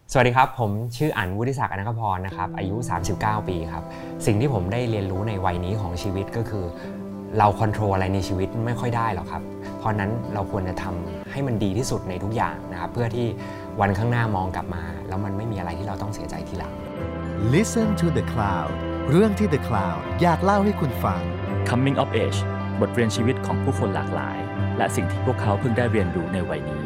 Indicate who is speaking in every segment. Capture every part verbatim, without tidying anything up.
Speaker 1: สวัสดีครับผมชื่ออั๋นวุฒิศักดิ์ อนันทพรนะครับอายุสามสิบเก้าปีครับสิ่งที่ผมได้เรียนรู้ในวัยนี้ของชีวิตก็คือเราควบคุมอะไรในชีวิตไม่ค่อยได้หรอกครับเพราะนั้นเราควรจะทำให้มันดีที่สุดในทุกอย่างนะครับเพื่อที่วันข้างหน้ามองกลับมาแล้วมันไม่มีอะไรที่เราต้องเสียใจทีหลัง
Speaker 2: Listen to the Cloud เรื่องที่ The Cloud อยากเล่าให้คุณฟัง
Speaker 3: Coming of Age บทเรียนชีวิตของผู้คนหลากหลายและสิ่งที่พวกเขาเพิ่งได้เรียนรู้ในวัยนี้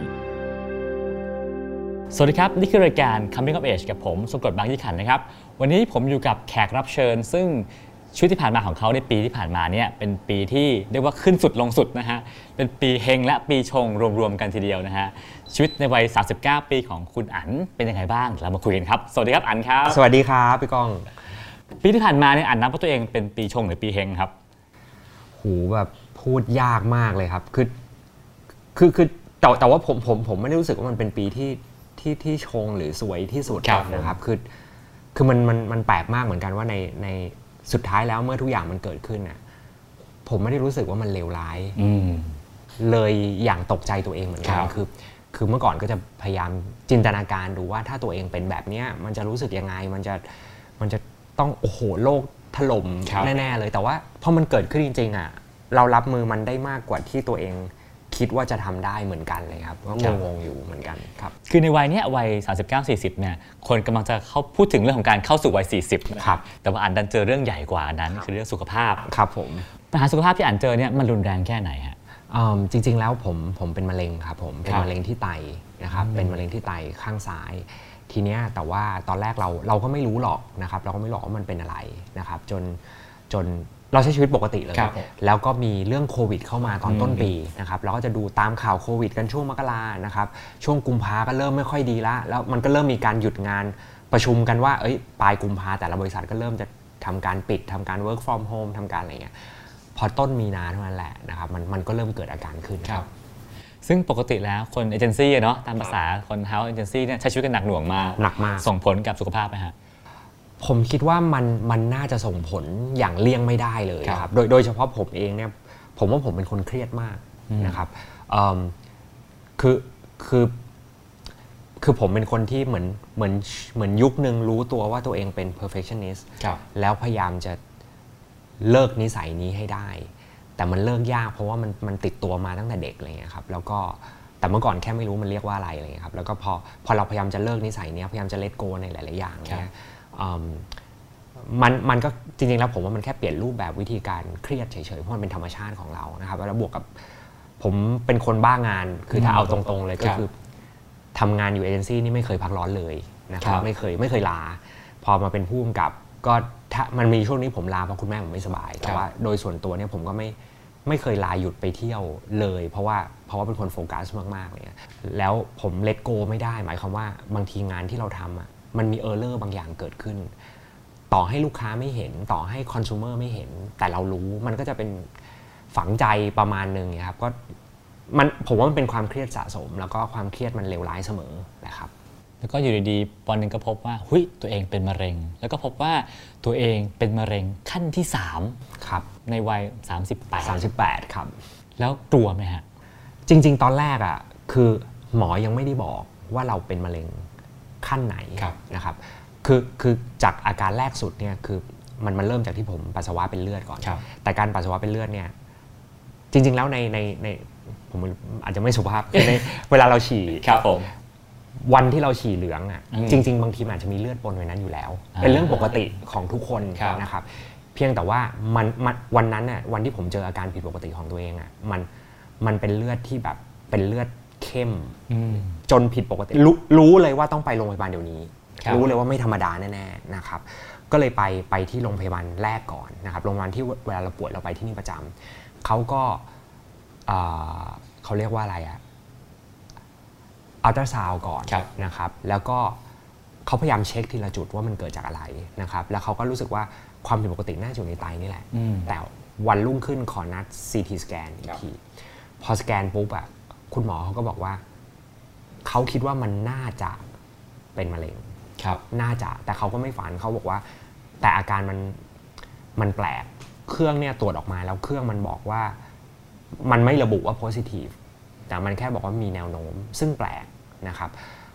Speaker 3: สวัสดีครับนี่คือรายการ Coming of Age กับผมสมกฎ บางยี่ขันธ์นะครับวันนี้ผมอยู่กับแขกรับเชิญซึ่งชีวิตที่ผ่านมาของเขาในปีที่ผ่านมาเนี่ยเป็นปีที่เรียกว่าขึ้นสุดลงสุดนะฮะเป็นปีเฮงและปีชงรวมๆกันทีเดียวนะฮะชีวิตในวัยสามสิบเก้าปีของคุณอั๋นเป็นยังไงบ้างเรามาคุยกันครับสวัสดีครับอั๋นครับ
Speaker 1: สวัสดีครับพี่ก้อง
Speaker 3: ปีที่ผ่านมาเนี่ยอั๋นนับว่าตัวเองเป็นปีชงหรือปีเฮงครับ
Speaker 1: โหแบบพูดยากมากเลยครับคือคือคือแต่แต่ว่าผมผมผมไม่ได้รู้สึกว่ามันเป็นปีที่ที่ที่ชงหรือสวยที่สุดนะครับคือคือมันมันมันแปลกมากเหมือนกันว่าในในสุดท้ายแล้วเมื่อทุกอย่างมันเกิดขึ้นน่ะผมไม่ได้รู้สึกว่ามันเลวร้ายเลยอย่างตกใจตัวเองเหมือนกันคือคือเมื่อก่อนก็จะพยายามจินตนาการดูว่าถ้าตัวเองเป็นแบบนี้มันจะรู้สึกยังไงมันจะมันจะต้องโอ้โหโลกถล่มแน่ๆเลยแต่ว่าพอมันเกิดขึ้นจริงๆอ่ะเรารับมือมันได้มากกว่าที่ตัวเองคิดว่าจะทำได้เหมือนกันเลยครับก็งงๆอยู่เหมือนกันครับ
Speaker 3: คือในวัยนี้วัยสามสิบเก้า สี่สิบเนี่ยคนกำลังจะเข้าพูดถึงเรื่องของการเข้าสู่วัยสี่สิบนะครับแต่ว่าอันดันเจอเรื่องใหญ่กว่านั้นคือเรื่องสุขภาพ
Speaker 1: ครับผม
Speaker 3: ปัญหาสุขภาพที่อันเจอเนี่ยมันรุนแรงแค่ไหนฮะ
Speaker 1: จริงๆแล้วผมผมเป็นมะเร็งครับผมเป็นมะเร็งที่ไตนะครับเป็นมะเร็งที่ไตข้างซ้ายทีเนี้ยแต่ว่าตอนแรกเราเราก็ไม่รู้หรอกนะครับเราก็ไม่รู้ว่ามันเป็นอะไรนะครับจนจนเราใช้ชีวิตปกติเลยแล้วก็มีเรื่องโควิดเข้ามาตอนต้นปีนะครับเราก็จะดูตามข่าวโควิดกันช่วงมกรานะครับช่วงกุมภาก็เริ่มไม่ค่อยดีละแล้วมันก็เริ่มมีการหยุดงานประชุมกันว่าเอ้ยปลายกุมภาแต่ละบริษัทก็เริ่มจะทำการปิดทำการ work from home ทำการอะไรเงี้ยพอต้นมีนาเท่านั้นแหละนะครับมันมันก็เริ่มเกิดอาการขึ้นครับ
Speaker 3: ซึ่งปกติแล้วคนเอเจนซี่เนาะตามภาษาคนเฮาส์เอเจนซี่เนี่ยใช้ชีวิตกันหนักหน่วงมาก
Speaker 1: หนักมาก
Speaker 3: ส่งผลกับสุขภาพไหมฮะ
Speaker 1: ผมคิดว่ามันมันน่าจะส่งผลอย่างเลี่ยงไม่ได้เลยครับโดยโดยเฉพาะผมเองเนี่ยผมว่าผมเป็นคนเครียดมากนะครับคือคือคือผมเป็นคนที่เหมือนเหมือนเหมือนยุคนึงรู้ตัวว่าตัวเองเป็น perfectionist แล้วพยายามจะเลิกนิสัยนี้ให้ได้แต่มันเลิกยากเพราะว่ามันมันติดตัวมาตั้งแต่เด็กอะไรเงี้ยครับแล้วก็แต่เมื่อก่อนแค่ไม่รู้มันเรียกว่าอะไรอะไรเงี้ยครับแล้วก็พอพอเราพยายามจะเลิกนิสัยนี้พยายามจะ let go ในหลายๆอย่างเนี่ยมันมันก็จริงๆแล้วผมว่ามันแค่เปลี่ยนรูปแบบวิธีการเครียดเฉยๆเพราะมันเป็นธรรมชาติของเรานะครับแล้วบวกกับผมเป็นคนบ้างานคือถ้าเอาตรงๆเลยก็คือทำงานอยู่เอเจนซี่นี่ไม่เคยพักร้อนเลยนะครับไม่เคยไม่เคยลาพอมาเป็นผู้กำกับก็ถ้ามันมีช่วงนี้ผมลาเพราะคุณแม่ผมไม่สบายแต่ว่าโดยส่วนตัวเนี่ยผมก็ไม่ไม่เคยลาหยุดไปเที่ยวเลยเพราะว่าเพราะว่าเป็นคนโฟกัสมากๆเลยแล้วผมเลทโกไม่ได้หมายความว่าบางทีงานที่เราทำอ่ะมันมีเออร์เลอร์บางอย่างเกิดขึ้นต่อให้ลูกค้าไม่เห็นต่อให้คอน sumer ไม่เห็นแต่เรารู้มันก็จะเป็นฝังใจประมาณนึงครับก็มันผมว่ามันเป็นความเครียดสะสมแล้วก็ความเครียดมันเลวร้ายเสมอนะครับ
Speaker 3: แล้วก็อยู่ดีๆวันนึงก็พบว่าหุ้ยตัวเองเป็นมะเร็งแล้วก็พบว่าตัวเองเป็นมะเร็งขั้นที่สาม
Speaker 1: ครับ
Speaker 3: ในวัยสามสิบแปด
Speaker 1: สามสิบแปดครับ
Speaker 3: แล้วกลัวไหมฮะ
Speaker 1: จริงๆตอนแรกอ่ะคือหมอยังไม่ได้บอกว่าเราเป็นมะเร็งขั้นไหนนะครับคือคือจากอาการแรกสุดเนี่ยคือมันมันเริ่มจากที่ผมปัสสาวะเป็นเลือดก่อนแต่การปัสสาวะเป็นเลือดเนี่ยจริงๆแล้วในในในผมอาจจะไม่สุภาพในเวลาเราฉี่
Speaker 3: ครับผม
Speaker 1: วันที่เราฉี่เหลืองอ่ะจริงๆบางทีมันอาจจะมีเลือดปนไว้นั้นอยู่แล้วเป็นเรื่องปกติของทุกคนนะครับเพียงแต่ว่ามันวันนั้นน่ะวันที่ผมเจออาการผิดปกติของตัวเองอ่ะมันมันเป็นเลือดที่แบบเป็นเลือดเข้มจนผิดปกติรู้รู้เลยว่าต้องไปโรงพยาบาลเดี๋ยวนี้รู้เลยว่าไม่ธรรมดาแน่ๆนะครับก็เลยไปไปที่โรงพยาบาลแรกก่อนนะครับโรงพยาบาลที่เวลาเราป่วยเราไปที่นี่ประจำเขาก็เขาเรียกว่าอะไรอะอัลตราซาวด์ก่อนนะครับแล้วก็เขาพยายามเช็คทีละจุดว่ามันเกิดจากอะไรนะครับแล้วเขาก็รู้สึกว่าความผิดปกติน่าจะอยู่ในไตนี่แหละแต่วันรุ่งขึ้นขอนัด ซี ที สแกนอีกทีพอสแกนปุ๊บอะคุณหมอเขาก็บอกว่าเขาคิดว่ามันน่าจะเป็นมะเร็งน่าจะแต่เขาก็ไม่ฝันเขาบอกว่าแต่อาการมันมันแปลกเครื่องเนี่ยตรวจออกมาแล้วเครื่องมันบอกว่ามันไม่ระบุว่า positive แต่มันแค่บอกว่ามีแนวโน้มซึ่งแปลกนะครับ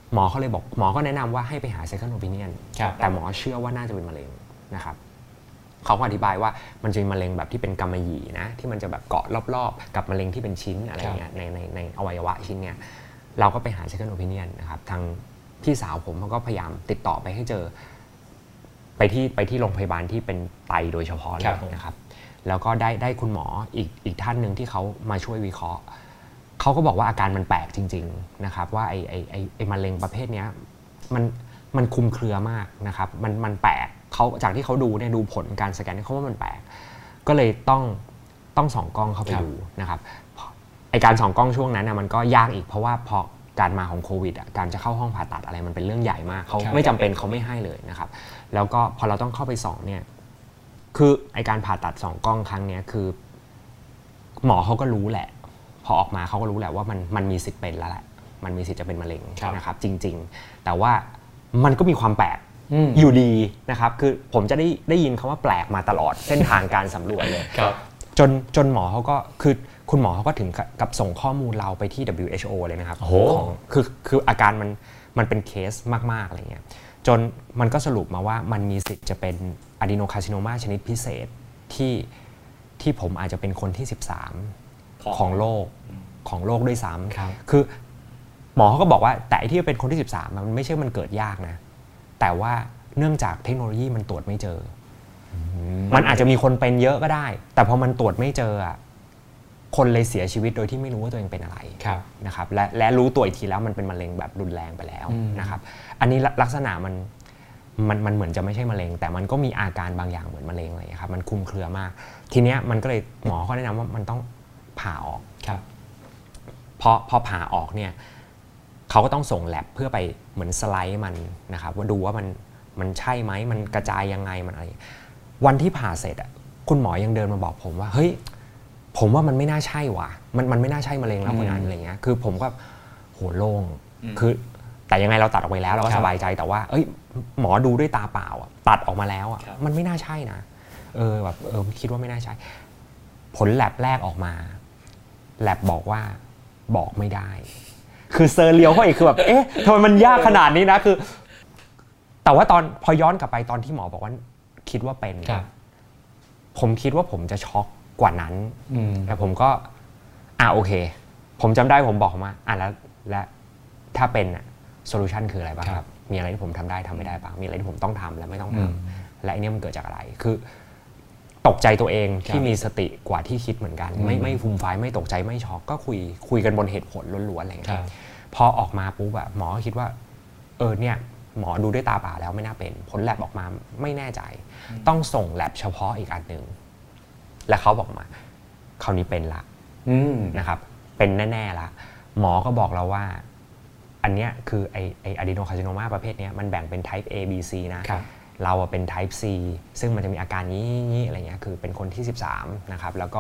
Speaker 1: หมอเขาเลยบอกหมอก็แนะนำว่าให้ไปหา second opinion แต่หมอเชื่อว่าน่าจะเป็นมะเร็งนะครับเขาก็อธิบายว่ามันจะมีมะเร็งแบบที่เป็นกำมะหยี่นะที่มันจะแบบเกาะรอบๆกับมะเร็งที่เป็นชิ้นอะไรเงี้ยในในในอวัยวะชิ้นเนี้ยเราก็ไปหา second opinion นะครับทางพี่สาวผมเขาก็พยายามติดต่อไปให้เจอไปที่ไปที่โรงพยาบาลที่เป็นไตโดยเฉพาะเลยนะครับแล้วก็ได้ได้คุณหมออีกอีกท่านหนึ่งที่เขามาช่วยวิเคราะห์เขาก็บอกว่าอาการมันแปลกจริงๆนะครับว่าไอ้ไอ้ไอ้ไอ้มะเร็งประเภทนี้มันมันคลุมเครือมากนะครับมันมันแปลกเขาจากที่เขาดูเนี่ยดูผลการสแกนเขาว่ามันแปลกก็เลยต้องต้องส่องกล้องเข้าไปดูนะครับไอ้การส่องกล้องช่วงนั้นนะมันก็ยากอีกเพราะว่าพอการมาของโควิดอ่ะการจะเข้าห้องผ่าตัดอะไรมันเป็นเรื่องใหญ่มากเขาไม่จำเป็นเขาไม่ให้เลยนะครับแล้วก็พอเราต้องเข้าไปส่องเนี่ยคือไอ้การผ่าตัดส่องกล้องครั้งนี้คือหมอเขาก็รู้แหละพอออกมาเขาก็รู้แหละว่ามันมันมีสิทธิ์เป็นแล้วแหละมันมีสิทธิ์จะเป็นมะเร็งนะครับจริงๆแต่ว่ามันก็มีความแปลกอยู่ดีนะครับคือผมจะได้ได้ยินคำว่าแปลกมาตลอดเส้นทางการสำรวจเลยจนจนหมอเขาก็คือคุณหมอเขาก็ถึงกับส่งข้อมูลเราไปที่ ดับเบิลยู เอช โอ เลยนะครับของคือคืออาการมันมันเป็นเคสมากๆอะไรเงี้ยจนมันก็สรุปมาว่ามันมีสิทธิ์จะเป็นอะดีโนคาร์ซิโนมาชนิดพิเศษที่ที่ผมอาจจะเป็นคนที่สิบสามของโลกของโลกด้วยซ้ำคือหมอเขาก็บอกว่าแต่ที่เป็นคนที่สิบสามมันไม่ใช่มันเกิดยากนะแต่ว่าเนื่องจากเทคโนโลยีมันตรวจไม่เจอมันอาจจะมีคนเป็นเยอะก็ได้แต่พอมันตรวจไม่เจอคนเลยเสียชีวิตโดยที่ไม่รู้ว่าตัวเองเป็นอะไรนะครับและและรู้ตัวอีกทีแล้วมันเป็นมะเร็งแบบรุนแรงไปแล้วนะครับอันนี้ลักษณะมันมันมันเหมือนจะไม่ใช่มะเร็งแต่มันก็มีอาการบางอย่างเหมือนมะเร็งเลยครับมันคลุมเครือมากทีเนี้ยมันก็เลยหมอเขาแนะนำว่ามันต้องผ่าออกพอพอผ่าออกเนี่ยเขาก็ต้องส่งแลบเพื่อไปเหมือนสไลด์มันนะครับว่าดูว่ามันมันใช่ไหมมันกระจายยังไงมันอะไรวันที่ผ่าเสร็จอ่ะคุณหมอยังเดินมาบอกผมว่าเฮ้ยผมว่ามันไม่น่าใช่ว่ะมันมันไม่น่าใช่มะเร็งแล้วคนนั้นอะไรเงี้ยคือผมก็โหโล่งคือแต่ยังไงเราตัดออกไปแล้วเราก็สบายใจแต่ว่าเอ้ยหมอดูด้วยตาเปล่าตัดออกมาแล้วอ่ะมันไม่น่าใช่นะเออแบบเออคิดว่าไม่น่าใช่ผลแลบแรกออกมาแลบบอกว่าบอกไม่ได้คือเซอร์เรียลเขาอีกคือแบบเอ๊ะทำไมมันยากขนาดนี้นะคือแต่ว่าตอนพอย้อนกลับไปตอนที่หมอบอกว่าคิดว่าเป็นผมคิดว่าผมจะช็อกกว่านั้นแต่ผมก็อ่ะโอเคผมจำได้ผมบอกมาอ่ะแล้วและถ้าเป็นอ่ะโซลูชันคืออะไรบ้างครับมีอะไรที่ผมทำได้ทำไม่ได้บ้างมีอะไรที่ผมต้องทำและไม่ต้องทำและอันนี้มันเกิดจากอะไรคือตกใจตัวเองที่มีสติกว่าที่คิดเหมือนกันไม่ไม่ฟูมฟายไม่ตกใจไม่ช็อกก็คุยคุยกันบนเหตุผลล้วนๆอะไรอย่างเงี้ยพอออกมาปุ๊บอะหมอคิดว่าเออเนี่ยหมอดูด้วยตาเปล่าแล้วไม่น่าเป็นผลแลบออกมาไม่แน่ใจต้องส่งแลบเฉพาะอีกอันหนึ่งและเขาบอกมาคราวนี้เป็นละนะครับเป็นแน่ๆละหมอก็บอกเราว่าอันเนี้ยคือไอไออะดีโนคาร์ซิโนมาประเภทนี้มันแบ่งเป็น type A B C นะเราเป็น type C ซึ่งมันจะมีอาการนี้อะไรเงี้ยคือเป็นคนที่สิบสามนะครับแล้วก็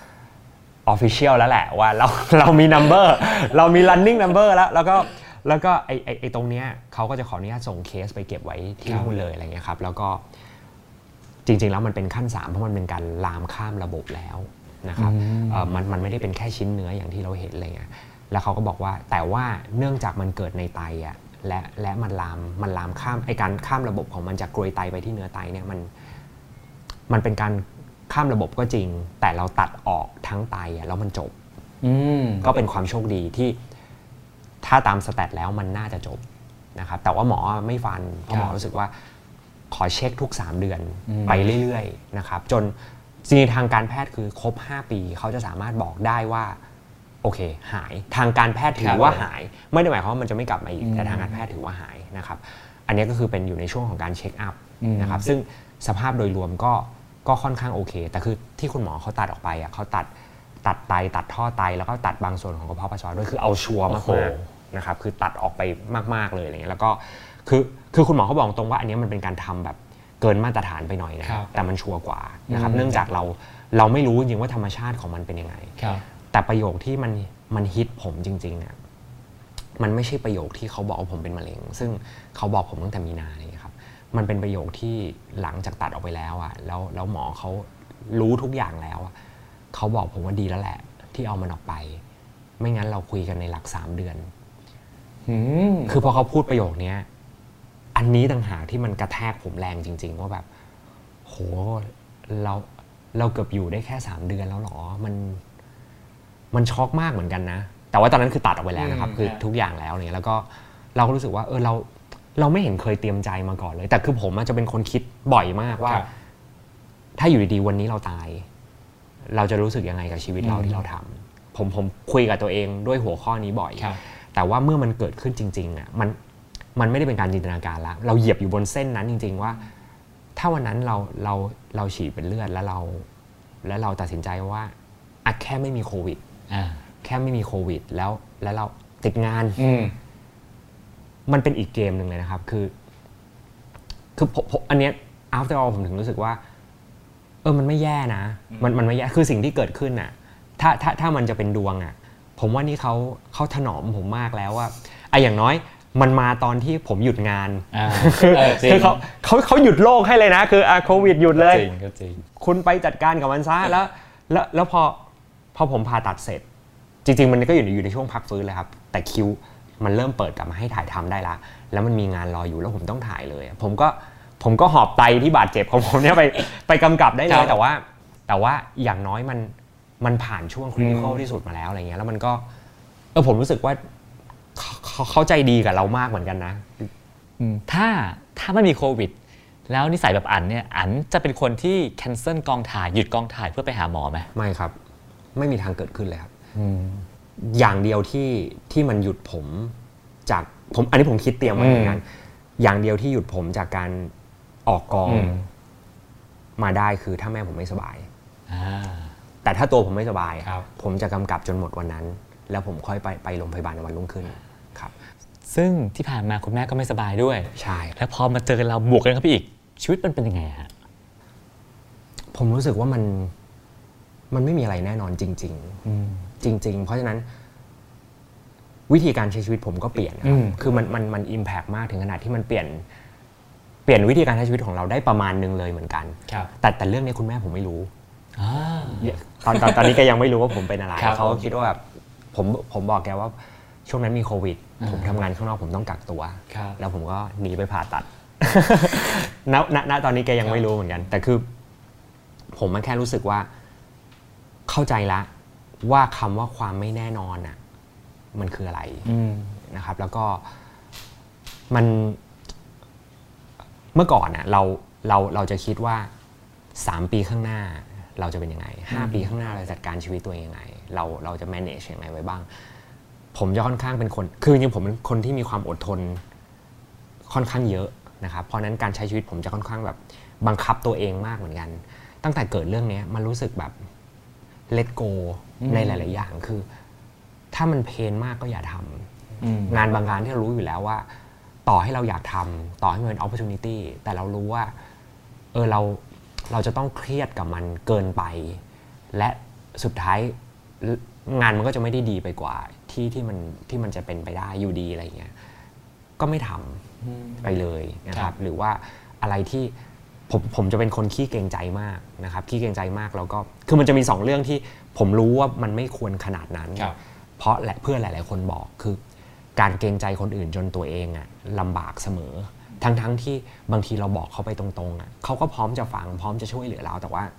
Speaker 1: official แล้วแหละว่าเราเรามี number เรามี running number แล้วแล้วก็แล้วก็ไอไอไอตรงเนี้ยเขาก็จะขออนุญาตส่งเคสไปเก็บไว้ที่นู่นเลยอะไรเงี้ยครับแล้วก็จริงๆแล้วมันเป็นขั้นสามเพราะมันเป็นการลามข้ามระบบแล้วนะครับมันมันไม่ได้เป็นแค่ชิ้นเนื้ออย่างที่เราเห็นอะไรเงี้ยแล้วเขาก็บอกว่าแต่ว่าเนื่องจากมันเกิดในไตอ่ะและและมันลามมันลามข้ามไอการข้ามระบบของมันจากกรวยไตไปที่เนื้อไตเนี่ยมันมันเป็นการข้ามระบบก็จริงแต่เราตัดออกทั้งไตอ่ะแล้วมันจบก็เป็นความโชคดีที่ถ้าตามสแตทแล้วมันน่าจะจบนะครับแต่ว่าหมอไม่ฟันเพราะหมอรู้สึกว่าขอเช็คทุกสามเดือนไปเรื่อยๆนะครับจนจริงๆทางการแพทย์คือครบห้าปีเขาจะสามารถบอกได้ว่าโอเคหายทางการแพทย์ถือว่าหายไม่ได้หมายความว่ามันจะไม่กลับมาอีกแต่ทางการแพทย์ถือว่าหายนะครับอันนี้ก็คือเป็นอยู่ในช่วงของการเช็คอัพนะครับซึ่งสภาพโดยรวมก็ก็ค่อนข้างโอเคแต่คือที่คุณหมอเขาตัดออกไปอ่ะเขาตัดตัดไตตัดท่อไตแล้วก็ตัดบางส่วนของกระเพาะปัสสาวะด้วยคือเอาชัวร์มากๆนะครับคือตัดออกไปมากๆเลยอะไรเงี้ยแล้วก็คือคือคุณหมอเขาบอกตรงว่าอันนี้มันเป็นการทำแบบเกินมาตรฐานไปหน่อยนะแต่มันชัวร์กว่านะครับเนื่องจากเราเราไม่รู้จริงว่าธรรมชาติของมันเป็นยังไงแต่ประโยคที่มันมันฮิตผมจริงๆเนี่ยมันไม่ใช่ประโยคที่เขาบอกว่าผมเป็นมะเร็งซึ่งเขาบอกผมตั้งแต่มีนาเลยครับมันเป็นประโยคที่หลังจากตัดออกไปแล้วอ่ะแล้วแล้วหมอเขารู้ทุกอย่างแล้วเขาบอกผมว่าดีแล้วแหละที่เอามันออกไปไม่งั้นเราคุยกันในหลักสามเดือนคือพอเขาพูดประโยคนี้อันนี้ต่างหากที่มันกระแทกผมแรงจริงๆว่าแบบโหเราเราเกือบอยู่ได้แค่สามเดือนแล้วหรอมันมันช็อกมากเหมือนกันนะแต่ว่าตอนนั้นคือตัดออกไปแล้วนะครับคือทุกอย่างแล้วเนี่ยแล้วก็เราก็รู้สึกว่าเออเราเราไม่เห็นเคยเตรียมใจมาก่อนเลยแต่คือผมจะเป็นคนคิดบ่อยมากว่าถ้าอยู่ดีๆวันนี้เราตายเราจะรู้สึกยังไงกับชีวิตเราที่เราทำผมผมคุยกับตัวเองด้วยหัวข้อนี้บ่อยแต่ว่าเมื่อมันเกิดขึ้นจริงๆอ่ะมันมันไม่ได้เป็นการจินตนาการละเราเหยียบอยู่บนเส้นนั้นจริงๆว่าถ้าวันนั้นเราเราเราฉี่เป็นเลือดแล้วเราแล้วเราตัดสินใจว่าอ่ะแค่ไม่มีโควิดแค่ไม่มีโควิดแล้วแล้วเราติดงานมันเป็นอีกเกมหนึ่งเลยนะครับคือคือผมอันเนี้ย after all ผมถึงรู้สึกว่าเออมันไม่แย่นะมันมันไม่แย่คือสิ่งที่เกิดขึ้นน่ะถ้าถ้าถ้ามันจะเป็นดวงอ่ะผมว่านี่เขาเขาถนอมผมมากแล้วว่าไอ้อย่างน้อยมันมาตอนที่ผมหยุดงานคือเขาเขาเขาหยุดโลกให้เลยนะคือโควิดหยุดเลย
Speaker 3: จริงก็จริง
Speaker 1: คุณไปจัดการกับมันซะแล้วแล้วแล้วพอพอผมผ่าตัดเสร็จจริงๆมันก็อยู่ในอยู่ในช่วงพักฟื้นเลยครับแต่คิวมันเริ่มเปิดกลับมาให้ถ่ายทำได้ละแล้วมันมีงานรออยู่แล้วผมต้องถ่ายเลยผมก็ผมก็หอบไตที่บาดเจ็บของผมเนี่ยไปไปกำกับได้เลยแต่ว่าแต่ว่าอย่างน้อยมันมันผ่านช่วงคริติคอลที่สุดมาแล้วอะไรเงี้ยแล้วมันก็เออผมรู้สึกว่าเขาเข้าใจดีกับเรามากเหมือนกันนะ
Speaker 3: ถ้าถ้าไม่มีโควิดแล้วนิสัยแบบอันเนี่ยอันจะเป็นคนที่แคนเซิลกองถ่ายหยุดกองถ่ายเพื่อไปหาหมอไหม
Speaker 1: ไม่ครับไม่มีทางเกิดขึ้นเลยครับอย่างเดียวที่ที่มันหยุดผมจากผมอันนี้ผมคิดเตรียมไว้เหมือนกันอย่างเดียวที่หยุดผมจากการออกกองมาได้คือถ้าแม่ผมไม่สบายแต่ถ้าตัวผมไม่สบายผมจะกำกับจนหมดวันนั้นแล้วผมค่อยไปไปโรงพยาบาลในวันรุ่งขึ้นครับ
Speaker 3: ซึ่งที่ผ่านมาคุณแม่ก็ไม่สบายด้วย
Speaker 1: ใช่
Speaker 3: แล้วพอมาเจอเราบวกกันครับพี่อีกชีวิตมันเป็นยังไงฮะ
Speaker 1: ผมรู้สึกว่ามันมันไม่มีอะไรแน่นอนจริงๆจริงๆเพราะฉะนั้นวิธีการใช้ชีวิตผมก็เปลี่ยนครับคือมันมันมันอิมแพกมากถึงขนาดที่มันเปลี่ยนเปลี่ยนวิธีการใช้ชีวิตของเราได้ประมาณนึงเลยเหมือนกันแต่แต่เรื่องนี้คุณแม่ผมไม่รู้ตอนตอนตอนนี้แกยังไม่รู้ว่าผมเป็นอะไรเขาคิดว่าแบบผมผมบอกแกว่าช่วงนั้นมีโควิดผมทำงานข้างนอกผมต้องกักตัวแล้วผมก็หนีไปผ่าตัดณณตอนนี้แกยังไม่รู้เหมือนกันแต่คือผมมันแค่รู้สึกว่าเข้าใจละว่าคำว่าความไม่แน่นอนอ่ะมันคืออะไรนะครับแล้วก็มันเมื่อก่อนน่ะเราเราเราจะคิดว่าสามปีข้างหน้าเราจะเป็นยังไงห้าปีข้างหน้าเราจัดการชีวิตตัวเองยังไงเราเราจะ manage ยังไงไว้บ้างผมจะค่อนข้างเป็นคนคือจริงๆผมเป็นคนที่มีความอดทนค่อนข้างเยอะนะครับเพราะนั้นการใช้ชีวิตผมจะค่อนข้างแบบบังคับตัวเองมากเหมือนกันตั้งแต่เกิดเรื่องนี้มันรู้สึกแบบ let go ในหลายๆอย่างคือถ้ามันเพนมากก็อย่าทำงานบางงานที่เรารู้อยู่แล้วว่าต่อให้เราอยากทำต่อให้มันเป็น opportunity แต่เรารู้ว่าเออเราเราจะต้องเครียดกับมันเกินไปและสุดท้ายงานมันก็จะไม่ได้ดีไปกว่าที่ที่มันที่มันจะเป็นไปได้อยู่ดีอะไรเงี้ยก็ไม่ทำไปเลยนะครับหรือว่าอะไรที่ผมผมจะเป็นคนขี้เกรงใจมากนะครับขี้เกรงใจมากแล้วก็คือมันจะมีสองเรื่องที่ผมรู้ว่ามันไม่ควรขนาดนั้นเพราะและเพื่อนหลายๆคนบอกคือการเกรงใจคนอื่นจนตัวเองอะลำบากเสมอทั้งๆ ท, ที่บางทีเราบอกเขาไปตรงๆอะเขาก็พร้อมจะฟังพร้อมจะช่วยเหลือเราแต่ว่า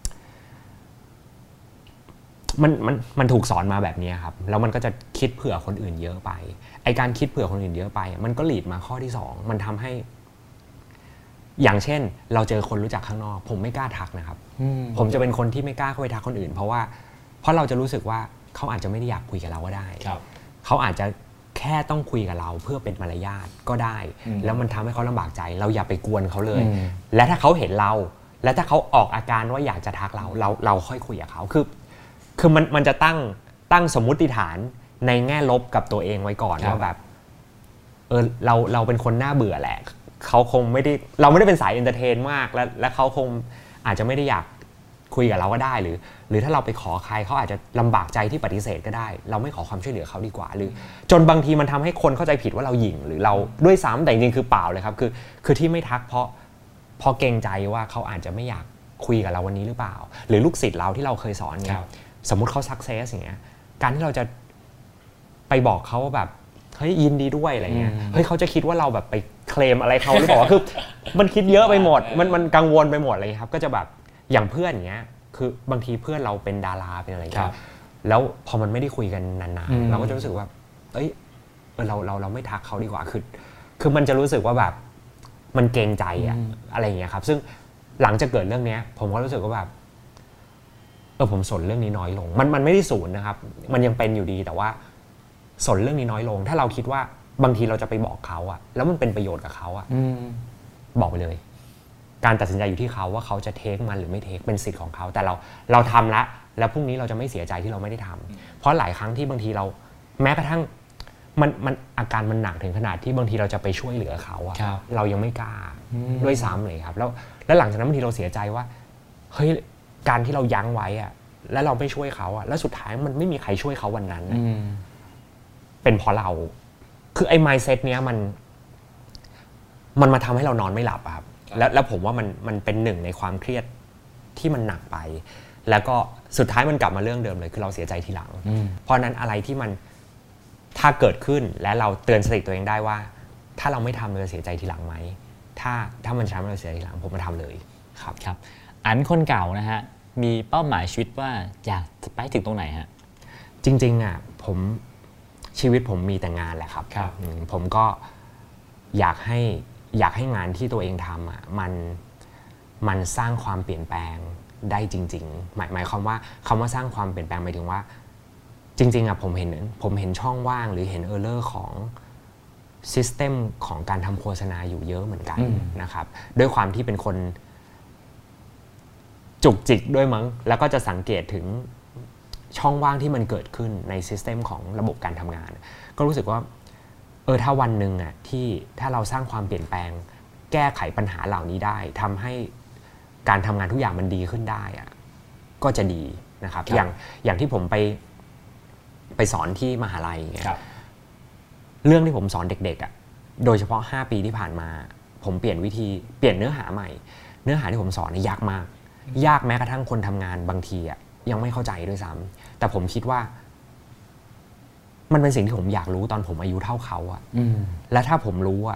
Speaker 1: มันมันมันถูกสอนมาแบบนี้ครับแล้วมันก็จะคิดเผื่อคนอื่นเยอะไปไอการคิดเผื่อคนอื่นเยอะไปมันก็หลีดมาข้อที่สองมันทำให้อย่างเช่นเราเจอคนรู้จักข้างนอกผมไม่กล้าทักนะครับผมจะเป็นคนที่ไม่กล้าเข้าไปทักคนอื่นเพราะว่าเพราะเราจะรู้สึกว่าเขาอาจจะไม่ได้อยากคุยกับเราก็ได้เขาอาจจะแค่ต้องคุยกับเราเพื่อเป็นมารยาทก็ได้แล้วมันทำให้เขาลำบากใจเราอย่าไปกวนเขาเลยและถ้าเขาเห็นเราและถ้าเขาออกอาการว่าอยากจะทักเราเราเราค่อยคุยกับเขาคือคือมันมันจะตั้งตั้งสมมุติฐานในแง่ลบกับตัวเองไว้ก่อนว่าแบบเออเราเราเป็นคนน่าเบื่อแหละเขาคงไม่ได้เราไม่ได้เป็นสายเอนเตอร์เทนมากและและเขาคงอาจจะไม่ได้อยากคุยกับเราก็ได้หรือหรือถ้าเราไปขอใครเขาอาจจะลำบากใจที่ปฏิเสธก็ได้เราไม่ขอความช่วยเหลือเขาดีกว่าหรือจนบางทีมันทำให้คนเข้าใจผิดว่าเราหยิ่งหรือเราด้วยซ้ำแต่จริงๆคือเปล่าเลยครับคือคือที่ไม่ทักเพราะเพราะเกรงใจว่าเขาอาจจะไม่อยากคุยกับเราวันนี้หรือเปล่าหรือลูกศิษย์เราที่เราเคยสอนเนี่ยสมมุติเขาซักเซสอย่างเงี้ยการที่เราจะไปบอกเขาว่าแบบเฮ้ยยินดีด้วยอะไรเงี้ยเฮ้ยเขาจะคิดว่าเราแบบไปเคลมอะไรเขาหรือเปล่าคือมันคิดเยอะไปหมดมันมันกังวลไปหมดอะไรครับก็จะแบบอย่างเพื่อนอย่างเงี้ยคือบางทีเพื่อนเราเป็นดาราเป็นอะไรเงี้ยแล้วพอมันไม่ได้คุยกันนานๆเราก็จะรู้สึกว่าเอ้ยเราเราเราไม่ทักเขาดีกว่าคือคือมันจะรู้สึกว่าแบบมันเกรงใจอะอะไรอย่างเงี้ยครับซึ่งหลังจากเกิดเรื่องนี้ผมก็รู้สึกว่าแบบเออผมสนเรื่องนี้น้อยลงมันมันไม่ได้ศูนย์นะครับมันยังเป็นอยู่ดีแต่ว่าสนเรื่องนี้น้อยลงถ้าเราคิดว่าบางทีเราจะไปบอกเขาอะแล้วมันเป็นประโยชน์กับเขาอะบอกไปเลยการตัดสินใจอยู่ที่เขาว่าเขาจะเทคมันหรือไม่เทคเป็นสิทธิ์ของเขาแต่เราเราทำละแล้วพรุ่งนี้เราจะไม่เสียใจที่เราไม่ได้ทำเพราะหลายครั้งที่บางทีเราแม้กระทั่งมันมันอาการมันหนักถึงขนาดที่บางทีเราจะไปช่วยเหลือเขาอะเรายังไม่กล้าด้วยซ้ำเลยครับแล้วแล้วหลังจากนั้นบางทีเราเสียใจว่าเฮ้ยการที่เรายั้งไว้อะแล้วเราไม่ช่วยเขาอะแล้วสุดท้ายมันไม่มีใครช่วยเขาวันนั้นเป็นเพราะเราคือไอ้ mindset เนี้ยมันมันมาทำให้เรานอนไม่หลับครับแล้วแล้วผมว่ามันมันเป็นหนึ่งในความเครียดที่มันหนักไปแล้วก็สุดท้ายมันกลับมาเรื่องเดิมเลยคือเราเสียใจทีหลังเพราะนั้นอะไรที่มันถ้าเกิดขึ้นและเราเตือนสติตัวเองได้ว่าถ้าเราไม่ทำเราจะเสียใจทีหลังไหมถ้าถ้ามันทำให้เราเสียใจทีหลังผมมาทำเลยครับ
Speaker 3: ครับอันคนเก่านะฮะมีเป้าหมายชีวิตว่าอยากไปถึงตรงไหนฮะ
Speaker 1: จริงๆอ่ะผมชีวิตผมมีแต่งานแหละครับผมก็อยากให้อยากให้งานที่ตัวเองทำอ่ะมันมันสร้างความเปลี่ยนแปลงได้จริงๆหมายหมายความว่าคำว่าสร้างความเปลี่ยนแปลงหมายถึงว่าจริงๆอ่ะผมเห็นผมเห็นช่องว่างหรือเห็นเออร์เลอร์ของซิสเต็มของการทำโฆษณาอยู่เยอะเหมือนกันนะครับด้วยความที่เป็นคนจุกจิกด้วยมั้งแล้วก็จะสังเกตถึงช่องว่างที่มันเกิดขึ้นในซิสเต็มของระบบการทำงานก็รู้สึกว่าเออถ้าวันหนึ่งอ่ะที่ถ้าเราสร้างความเปลี่ยนแปลงแก้ไขปัญหาเหล่านี้ได้ทำให้การทำงานทุกอย่างมันดีขึ้นได้อ่ะก็จะดีนะครับอย่างอย่างที่ผมไปไปสอนที่มหาลัยอย่างเงี้ยเรื่องที่ผมสอนเด็กๆอ่ะโดยเฉพาะห้าปีที่ผ่านมาผมเปลี่ยนวิธีเปลี่ยนเนื้อหาใหม่เนื้อหาที่ผมสอนนี่ยากมากยากแม้กระทั่งคนทำงานบางทีอ่ะยังไม่เข้าใจด้วยซ้ำแต่ผมคิดว่ามันเป็นสิ่งที่ผมอยากรู้ตอนผมอายุเท่าเขาอ่ะและถ้าผมรู้อ่ะ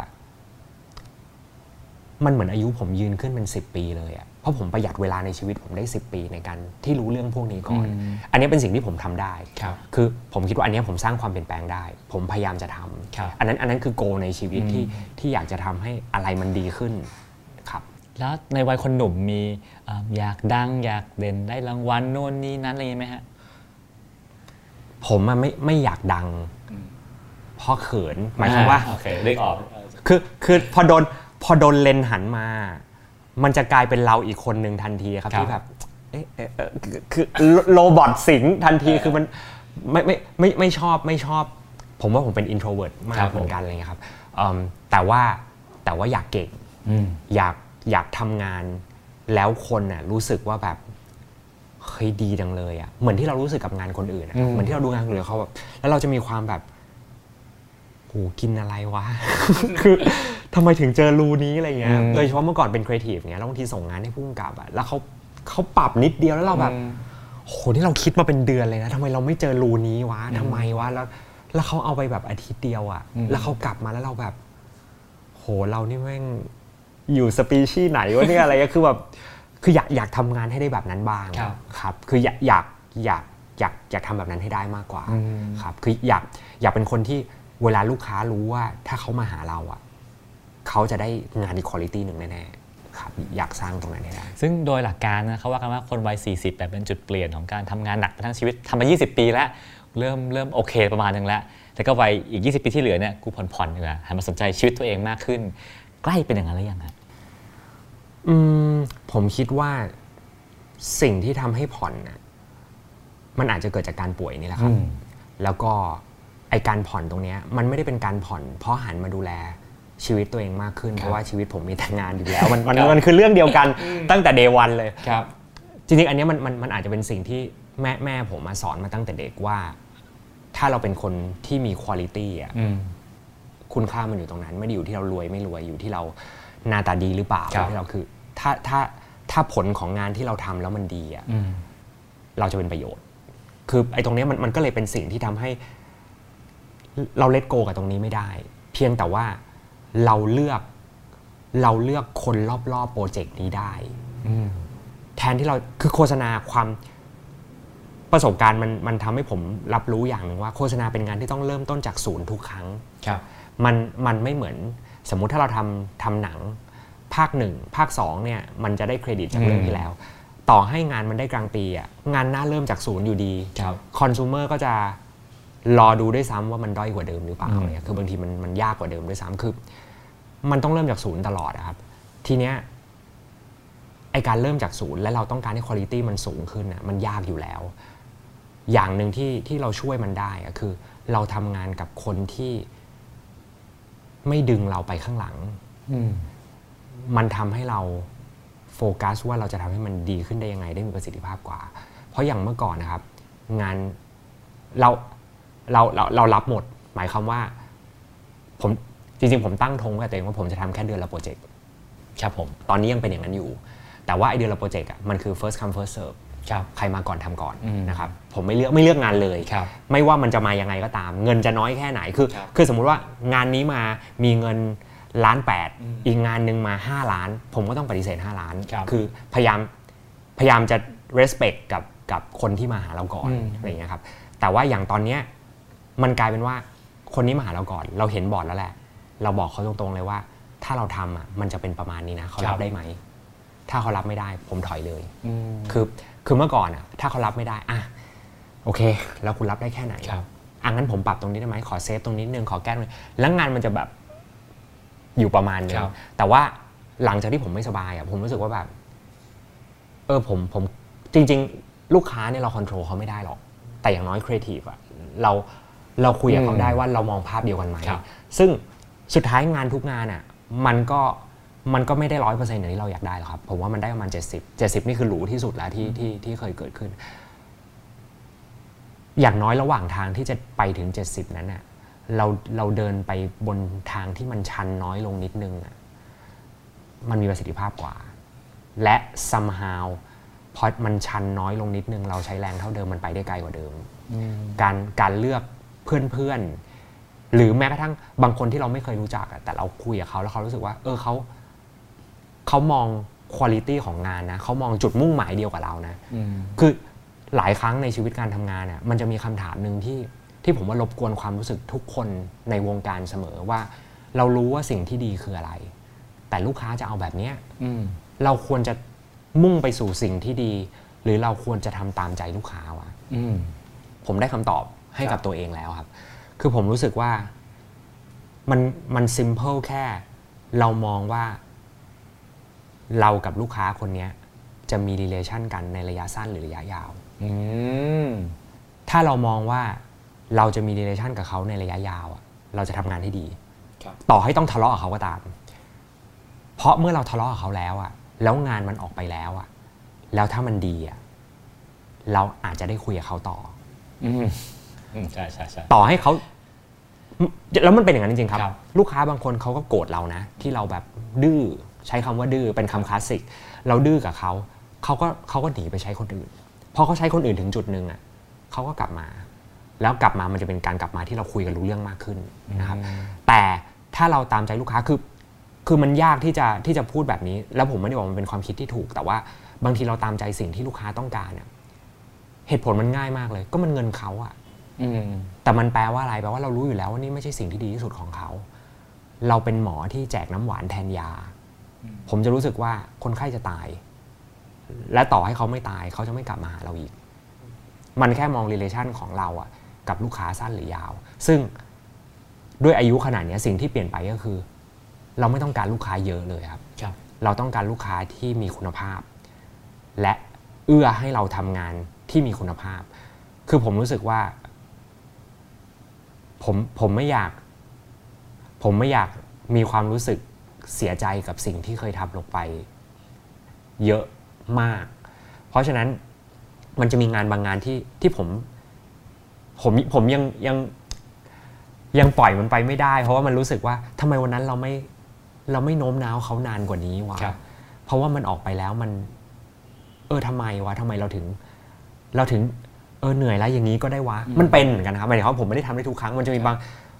Speaker 1: มันเหมือนอายุผมยืนขึ้นเป็นสิบปีเลยอ่ะเพราะผมประหยัดเวลาในชีวิตผมได้สิบปีในการที่รู้เรื่องพวกนี้ก่อนอันนี้เป็นสิ่งที่ผมทำได้คือผมคิดว่าอันนี้ผมสร้างความเปลี่ยนแปลงได้ผมพยายามจะทำอันนั้นอันนั้นคือโกในชีวิตที่ที่อยากจะทำให้อะไรมันดีขึ้นครับ
Speaker 3: แล้วในวัยคนหนุ่มมีอยากดังอยากเด่นได้รางวัลโน่นนี่นั้นอะไรไหมฮะ
Speaker 1: ผมไม่ไม่อยากดังเพราะเขินหมายความว่า
Speaker 3: โอเคเรียกออก
Speaker 1: คือคือพอโดนพอโดนเลนหันมามันจะกลายเป็นเราอีกคนหนึ่งทันทีครับที่แบบเอ๊ะคือโรบอทสิงทันทีคือมันไม่ไม่ไม่ไม่ชอบไม่ชอบผมว่าผมเป็น introvert มากเหมือนกันอะไรเงี้ยครับแต่ว่าแต่ว่าอยากเก่งอยากอยากทำงานแล้วคนน่ะรู้สึกว่าแบบเฮ้ยดีจังเลยอ่ะเหมือนที่เรารู้สึกกับงานคนอื่นเหมือนที่เราดูงานคนอื่นเขาแบบแล้วเราจะมีความแบบโหกินอะไรวะ คือทำไมถึงเจอรูนี้อะไรเงี้ยโดยเฉพาะเมื่อก่อนเป็นครีเอทีฟอย่างเงี้ยแล้วบางทีส่งงานให้ผู้กำกับอ่ะแล้วเขาเขาปรับนิดเดียวแล้วเราแบบโหที่เราคิดมาเป็นเดือนเลยนะทำไมเราไม่เจอรูนี้วะทำไมวะแล้วแล้วเขาเอาไปแบบอาทิตย์เดียวอ่ะแล้วเขากลับมาแล้วเราแบบโหเรานี่แม่งอยู่สปีชีส์ไหนวะเนี่ยอะไรก็คือแบบคืออยากอยากทำงานให้ได้แบบนั้นบ้างครับคืออยากอยากอยากอยากอยากทำแบบนั้นให้ได้มากกว่าครับคืออยากอยากเป็นคนที่เวลาลูกค้ารู้ว่าถ้าเขามาหาเราอ่ะเขาจะได้งานอีกคุณภาพหนึ่งแน่ๆครับอยากสร้างตรงนั้นให้ได้
Speaker 3: ซึ่งโดยหลักการนะเขาว่ากันว่าคนวัยสี่สิบแบบเป็นจุดเปลี่ยนของการทำงานหนักทั้งชีวิตทำมายี่สิบปีแล้วเริ่มเริ่มโอเคประมาณนึงแล้วแล้วก็วัยอีกยี่สิบปีที่เหลือเนี่ยกูผ่อนๆดีกว่าหันมาสนใจชีวิตตัวเองมากขึ้นใกล้เป็นอย่างนั้นหรือยังครับ
Speaker 1: อืมผมคิดว่าสิ่งที่ทำให้ผ่อนน่ะมันอาจจะเกิดจากการป่วยนี่แหละครับแล้วก็ไอการผ่อนตรงนี้มันไม่ได้เป็นการผ่อนเพราะหันมาดูแลชีวิตตัวเองมากขึ้นเพราะว่าชีวิตผมมีแต่งานอยู่แล้วมันมันมันคือเรื่องเดียวกันตั้งแต่เดย์วันเลยจริงๆอันนี้มันมันมันอาจจะเป็นสิ่งที่แม่แม่ผมมาสอนมาตั้งแต่เด็กว่าถ้าเราเป็นคนที่มีคุณภาพอ่ะคุณค่ามันอยู่ตรงนั้นไม่ได้อยู่ที่เรารวยไม่รวยอยู่ที่เราหน้าตาดีหรือเปล่าที่เราคือถ้าถ้าถ้าผลของงานที่เราทำแล้วมันดีอ่ะเราจะเป็นประโยชน์คือไอ้ตรงนี้มันมันก็เลยเป็นสิ่งที่ทำให้เราเลทโกกับตรงนี้ไม่ได้เพียงแต่ว่าเราเลือกเราเลือกคนรอบๆโปรเจกต์นี้ได้แทนที่เราคือโฆษณาความประสบการณ์มันมันทำให้ผมรับรู้อย่างหนึ่งว่าโฆษณาเป็นงานที่ต้องเริ่มต้นจากศูนย์ทุกครั้ง
Speaker 3: ครับ
Speaker 1: มันมันไม่เหมือนสมมุติถ้าเราทำทำหนังภาคหนึ่งภาคสองเนี่ยมันจะได้เครดิตจากเรื่องที่แล้วต่อให้งานมันได้กลางปีอ่ะงานหน้าเริ่มจากศูนย์อยู่ดีคอน sumer ก็จะรอดูด้วยซ้ำว่ามันด้อยกว่าเดิมหรือเปล่าเนี่ยคือบางทีมันมันยากกว่าเดิมด้วยซ้ำคือมันต้องเริ่มจากศูนย์ตลอดนะครับทีเนี้ยไอการเริ่มจากศูนย์และเราต้องการให้คุณภาพมันสูงขึ้นอ่ะมันยากอยู่แล้วอย่างหนึ่งที่ที่เราช่วยมันได้อะคือเราทำงานกับคนที่ไม่ดึงเราไปข้างหลังมันทำให้เราโฟกัสว่าเราจะทำให้มันดีขึ้นได้ยังไงได้มีประสิทธิภาพกว่าเพราะอย่างเมื่อก่อนนะครับงานเราเราเราเรารับหมดหมายความว่าผมจริงๆผมตั้งธงกับตัวเองว่าผมจะทำแค่เดือนละโปรเจกต์
Speaker 3: ครับผม
Speaker 1: ตอนนี้ยังเป็นอย่างนั้นอยู่แต่ว่าไอเดือนละโปรเจกต์อ่ะมันคือ first come first serve ใครมาก่อนทำก่อนนะครับผมไม่เลือกไม่เลือกงานเลยไม่ว่ามันจะมายังไงก็ตามเงินจะน้อยแค่ไหนคือคือสมมุติว่างานนี้มามีเงินล้านแปดอีกงานหนึ่งมาห้าล้านผมก็ต้องปฏิเสธห้าล้านคือพยายามพยายามจะ respect กับกับคนที่มาหาเราก่อนอะไรอย่างเงี้ยครับแต่ว่าอย่างตอนเนี้ยมันกลายเป็นว่าคนนี้มาหาเราก่อนเราเห็นบอร์ดแล้วแหละเราบอกเขาตรงๆเลยว่าถ้าเราทำอ่ะมันจะเป็นประมาณนี้นะเขารับได้ไหมถ้าเขารับไม่ได้ผมถอยเลยคือคือเมื่อก่อนอ่ะถ้าเขารับไม่ได้อ่ะโอเคแล้วคุณรับได้แค่ไหนอ่ะงั้นผมปรับตรงนี้ได้ไหมขอเซฟตรงนี้นึงขอแก้ตรงนี้แล้วงานมันจะแบบอยู่ประมาณนึงแต่ว่าหลังจากที่ผมไม่สบายอ่ะผมรู้สึกว่าแบบเออผมผมจริงๆลูกค้าเนี่ยเราควบคุมเขาไม่ได้หรอกแต่อย่างน้อยครีเอทีฟอ่ะเราเราคุยกับเขาได้ว่าเรามองภาพเดียวกันไหมซึ่งสุดท้ายงานทุกงานอ่ะมันก็มันก็ไม่ได้ร้อยเปอร์เซ็นต์อย่างที่เราอยากได้หรอกครับผมว่ามันได้ประมาณเจ็ดสิบ เจ็ดสิบนี่คือหรูที่สุดแล้วที่ที่ที่เคยเกิดขึ้นอย่างน้อยระหว่างทางที่จะไปถึงเจ็ดสิบนั้นน่ะเราเราเดินไปบนทางที่มันชันน้อยลงนิดนึงอ่ะมันมีประสิทธิภาพกว่าและ somehow พอมันชันน้อยลงนิดนึงเราใช้แรงเท่าเดิมมันไปได้ไกลกว่าเดิมการการเลือกเพื่อนๆหรือแม้กระทั่งบางคนที่เราไม่เคยรู้จักแต่เราคุยกับเขาแล้วเขารู้สึกว่าเออเขาเขามองคุณภาพของงานนะเขามองจุดมุ่งหมายเดียวกับเรานะคือหลายครั้งในชีวิตการทำงานเนี่ยมันจะมีคำถามหนึ่งที่ที่ผมว่ารบกวนความรู้สึกทุกคนในวงการเสมอว่าเรารู้ว่าสิ่งที่ดีคืออะไรแต่ลูกค้าจะเอาแบบนี้เราควรจะมุ่งไปสู่สิ่งที่ดีหรือเราควรจะทำตามใจลูกค้าวะผมได้คำตอบให้กับตัวเองแล้วครับคือผมรู้สึกว่ามันมันซิมเพิลแค่เรามองว่าเรากับลูกค้าคนนี้จะมี relation กันในระยะสั้นหรือระยะยาวถ้าเรามองว่าเราจะมี relation กับเขาในระยะยาวเราจะทำงานที่ดีต่อให้ต้องทะเลาะกับเขาก็ตามเพราะเมื่อเราทะเลาะกับเขาแล้วอะแล้วงานมันออกไปแล้วอะแล้วถ้ามันดีอะเราอาจจะได้คุยกับเขาต่อ
Speaker 3: ใช่ใช่ใช่
Speaker 1: ต่อให้เขาแล้วมันเป็นอย่างนั้นจริงๆครับลูกค้าบางคนเขาก็โกรธเรานะที่เราแบบดื้อใช้คำว่าดื้อเป็นคำคลาสสิกเราดื้อกับเขาเขาก็เขาก็หนีไปใช้คนอื่นพอเขาใช้คนอื่นถึงจุดนึงอ่ะเขาก็กลับมาแล้วกลับมามันจะเป็นการกลับมาที่เราคุยกันรู้เรื่องมากขึ้นนะครับแต่ถ้าเราตามใจลูกค้าคือคือมันยากที่จะที่จะพูดแบบนี้แล้วผมไม่ได้บอกมันเป็นความคิดที่ถูกแต่ว่าบางทีเราตามใจสิ่งที่ลูกค้าต้องการเนี่ยเหตุผลมันง่ายมากเลยก็มันเงินเขาอ่ะแต่มันแปลว่าอะไรแปลว่าเรารู้อยู่แล้วว่านี่ไม่ใช่สิ่งที่ดีที่สุดของเขาเราเป็นหมอที่แจกน้ำหวานแทนยาผมจะรู้สึกว่าคนไข้จะตายและต่อให้เขาไม่ตายเขาจะไม่กลับมาหาเราอีกมันแค่มอง relation ของเราอ่ะกับลูกค้าสั้นหรือยาวซึ่งด้วยอายุขนาดนี้สิ่งที่เปลี่ยนไปก็คือเราไม่ต้องการลูกค้าเยอะเลยครับเราต้องการลูกค้าที่มีคุณภาพและเอื้อให้เราทำงานที่มีคุณภาพคือผมรู้สึกว่าผมผมไม่อยากผมไม่อยากมีความรู้สึกเสียใจกับสิ่งที่เคยทำลงไปเยอะมากเพราะฉะนั้นมันจะมีงานบางงานที่ที่ผมผมผมยังยังยังปล่อยมันไปไม่ได้เพราะว่ามันรู้สึกว่าทำไมวันนั้นเราไม่เราไม่โน้มน้าวเขานานกว่านี้วะเพราะว่ามันออกไปแล้วมันเออทำไมวะทำไมเราถึงเราถึงเออเหนื่อยแล้วอย่างนี้ก็ได้วะมันเป็นเหมือนกันครับหมายถึงว่าผมไม่ได้ทำได้ทุกครั้งมันจะมีบาง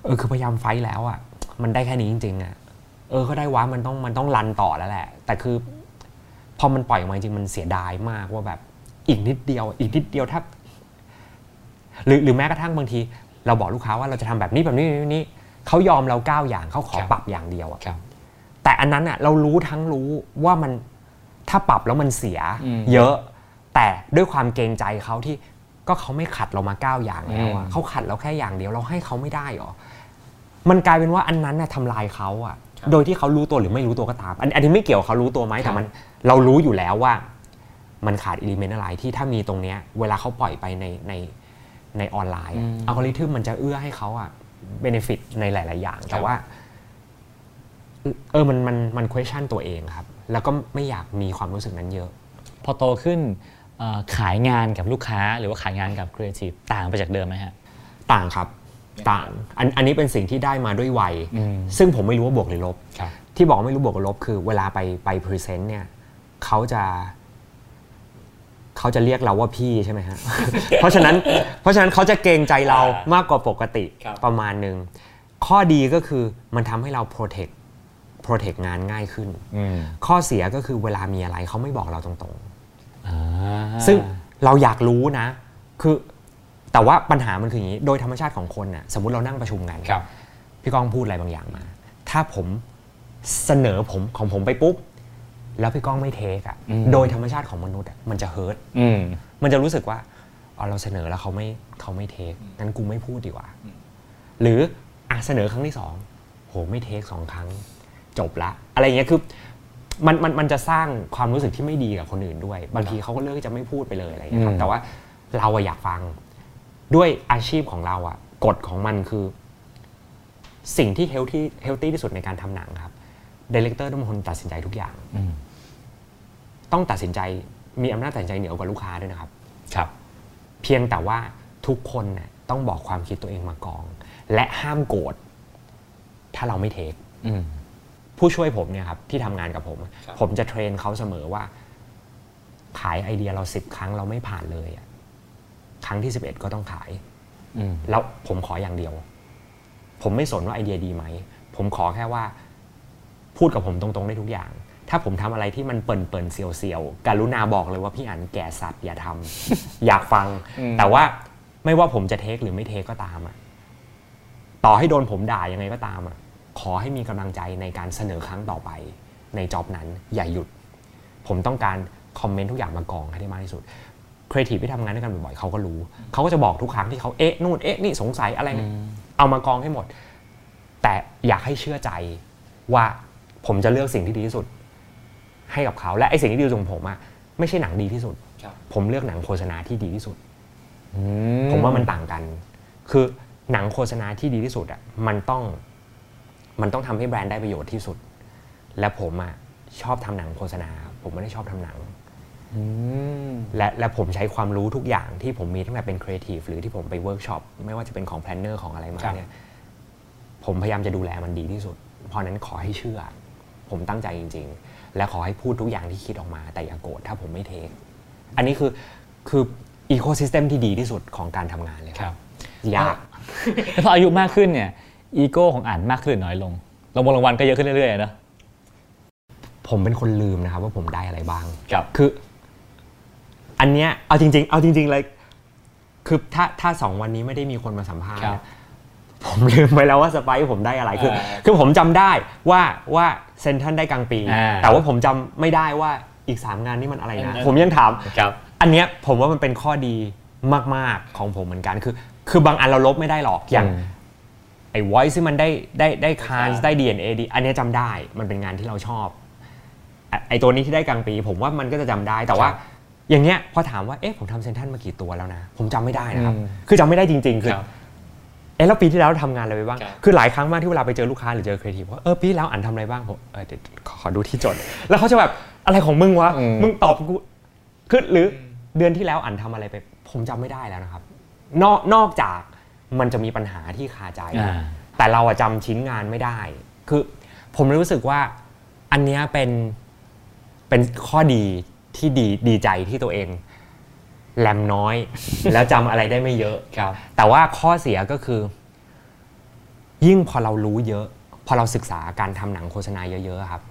Speaker 1: เออคือพยายามไฟท์แล้วอ่ะมันได้แค่นี้จริงๆอ่ะเออก็ได้วะมันต้องมันต้องรันต่อแล้วแหละแต่คือพอมันปล่อยออกมาจริงมันเสียดายมากว่าแบบอีกนิดเดียวอีกนิดเดียวถ้าหรือหรือแม้กระทั่งบางทีเราบอกลูกค้าว่าเราจะทำแบบนี้แบบนี้แบบนี้เขายอมเราเก้าอย่างเขาขอปรับอย่างเดียวอ่ะแต่อันนั้นอ่ะเรารู้ทั้งรู้ว่ามันถ้าปรับแล้วมันเสียเยอะแต่ด้วยความเกรงใจเขาที่ก็เขาไม่ขัดเรามาเก้าอย่างแล้วอ่ะเขาขัดเราแค่อย่างเดียวเราให้เขาไม่ได้หรอมันกลายเป็นว่าอันนั้นน่ะทำลายเขาอ่ะโดยที่เขารู้ตัวหรือไม่รู้ตัวก็ตามอันนี้ไม่เกี่ยวเขารู้ตัวไหมแต่มันเรารู้อยู่แล้วว่ามันขาดอิเลเมนต์อะไรที่ถ้ามีตรงเนี้ยเวลาเขาปล่อยไปในในในออนไลน์อัลกอริทึมมันจะเอื้อให้เขาอ่ะเบเนฟิตในหลายๆอย่างแต่ว่าเออมันมันมัน question ตัวเองครับแล้วก็ไม่อยากมีความรู้สึกนั้นเยอะ
Speaker 3: พอโตขึ้นขายงานกับลูกค้าหรือว่าขายงานกับครีเอทีฟต่างไปจากเดิมไหมฮะ
Speaker 1: ต่างครับต่างอันอันนี้เป็นสิ่งที่ได้มาด้วยวัยซึ่งผมไม่รู้ว่าบวกหรือลบที่บอกไม่รู้บวกหรือลบคือเวลาไปไปพรีเซนต์เนี่ยเขาจะเขาจะเรียกเราว่าพี่ใช่ไหมฮะ เพราะฉะนั้นเพราะฉะนั้นเขาจะเกรงใจเรามากกว่าปกติประมาณนึงข้อดีก็คือมันทำให้เรา protect protect งานง่ายขึ้นข้อเสียก็คือเวลามีอะไรเขาไม่บอกเราตรงๆซึ่งเราอยากรู้นะคือแต่ว่าปัญหามันคืออย่างนี้โดยธรรมชาติของคนน่ะสมมุติเรานั่งประชุมกันพี่ก้องพูดอะไรบางอย่างมาถ้าผมเสนอผมของผมไปปุ๊บแล้วพี่ก้องไม่เทคอ่ะโดยธรรมชาติของมนุษย์อ่ะมันจะเฮิร์ตมันจะรู้สึกว่าอ๋อเราเสนอแล้วเขาไม่เขาไม่เทคงั้นกูไม่พูดดีกว่าหรืออ่ะเสนอครั้งที่สองโหไม่เทคสองครั้งจบละอะไรเงี้ยคือมันมันมันจะสร้างความรู้สึกที่ไม่ดีกับคนอื่นด้วยบางทีเขาก็เลือกจะไม่พูดไปเลยอะไรเงี้ยครับแต่ว่าเราอยากฟังด้วยอาชีพของเราอ่ะกฎของมันคือสิ่งที่เฮลที่เฮลตี้ที่สุดในการทำหนังครับไดเรคเตอร์ต้องเป็นคนตัดสินใจทุกอย่างต้องตัดสินใจมีอำนาจตัดสินใจเหนือกว่าลูกค้าด้วยนะครับ
Speaker 3: ครับ
Speaker 1: เพียงแต่ว่าทุกคนเนี่ยต้องบอกความคิดตัวเองมากองและห้ามโกรธถ้าเราไม่เทคผู้ช่วยผมเนี่ยครับที่ทำงานกับผมผมจะเทรนเขาเสมอว่าขายไอเดียเราสิบครั้งเราไม่ผ่านเลยครั้งที่สิบเอ็ดก็ต้องขายแล้วผมขออย่างเดียวผมไม่สนว่าไอเดียดีไหมผมขอแค่ว่าพูดกับผมตรงๆได้ทุกอย่างถ้าผมทำอะไรที่มันเปิ่นเปิ่นเซียวเซียวกรุณาบอกเลยว่าพี่อั๋นแก่สัตว์อย่าทำ อยากฟังแต่ว่าไม่ว่าผมจะเทคหรือไม่เทคก็ตามอ่ะต่อให้โดนผมด่ายังไงก็ตามอ่ะขอให้มีกำลังใจในการเสนอครั้งต่อไปในจ็อบนั้นอย่าหยุดผมต้องการคอมเมนต์ทุกอย่างมากองให้ได้มากที่สุดครีเอทีฟที่ทำงานด้วยกันบ่อยๆเขาก็รู้เขาก็จะบอกทุกครั้งที่เขาเอ๊ะนู่นเอ๊ะนี่สงสัยอะไรเอามากองให้หมดแต่อยากให้เชื่อใจว่าผมจะเลือกสิ่งที่ดีที่สุดให้กับเขาและไอ้สิ่งที่ดีของผมอะไม่ใช่หนังดีที่สุดผมเลือกหนังโฆษณาที่ดีที่สุดผมว่ามันต่างกันคือหนังโฆษณาที่ดีที่สุดอะมันต้องมันต้องทำให้แบรนด์ได้ประโยชน์ที่สุดและผมอะชอบทำหนังโฆษณาผมไม่ได้ชอบทำหนังและและผมใช้ความรู้ทุกอย่างที่ผมมีตั้งแต่เป็นครีเอทีฟหรือที่ผมไปเวิร์กช็อปไม่ว่าจะเป็นของแพลนเนอร์ของอะไรมาเนี่ยผมพยายามจะดูแลมันดีที่สุดเพราะนั้นขอให้เชื่อผมตั้งใจจริงๆและขอให้พูดทุกอย่างที่คิดออกมาแต่อย่าโกรธถ้าผมไม่เทคอันนี้คือคืออีโคซิสเต็มที่ดีที่สุดของการทำงานเลยครับยาก
Speaker 3: พออายุมากขึ้นเนี่ยอีโก้ของอ่านมากขึ้นน้อยลงรางวัลรางวัลก็เยอะขึ้นเรื่อยๆนะ
Speaker 1: ผมเป็นคนลืมนะครับว่าผมได้อะไรบ้างคืออันเนี้ยเอาจริงๆเอาจริงๆเลยคือถ้าถ้าสองวันนี้ไม่ได้มีคนมาสัมภาษณ์ผมลืมไปแล้วว่าสไปซ์ผมได้อะไรคือคือผมจำได้ว่าว่าเซนทรัลได้กลางปีแต่ว่าผมจำไม่ได้ว่าอีกสามงานนี่มันอะไรนะผมยังถามอันเนี้ยผมว่ามันเป็นข้อดีมากๆของผมเหมือนกันคือคือบางอันเราลบไม่ได้หรอกอย่างไอ้ Voice ที่มันได้ได้ได้คานส์ได้ ดี เอ็น เอ ดีอันนี้จำได้มันเป็นงานที่เราชอบไอ้ตัวนี้ที่ได้กลางปีผมว่ามันก็จะจำได้แต่ว่าอย่างเงี้ยพอถามว่าเอ๊ะผมทำเซนทรัลมากี่ตัวแล้วนะผมจำไม่ได้นะครับคือจำไม่ได้จริงๆคือเอ๊ะแล้วปีที่แล้วทำงานอะไรไปบ้างคือหลายครั้งมากที่เวลาไปเจอลูกค้าหรือเจอครีเอทีฟว่าเออปีแล้วอันทำอะไรบ้างผมเออเดี๋ยวขอดูที่จดแล้วเขาจะแบบอะไรของมึงวะมึงตอบกูคือหรือเดือนที่แล้วอันทำอะไรไปผมจำไม่ได้แล้วนะครับนอกนอกจากมันจะมีปัญหาที่คาใจแต่เราจำชิ้นงานไม่ได้คือผมรู้สึกว่าอันนี้เป็นเป็นข้อดีที่ดีดีใจที่ตัวเองแรมน้อยแล้วจำอะไรได้ไม่เยอะแต่ว่าข้อเสียก็คือยิ่งพอเรารู้เยอะพอเราศึกษาการทำหนังโฆษณาเยอะๆครับ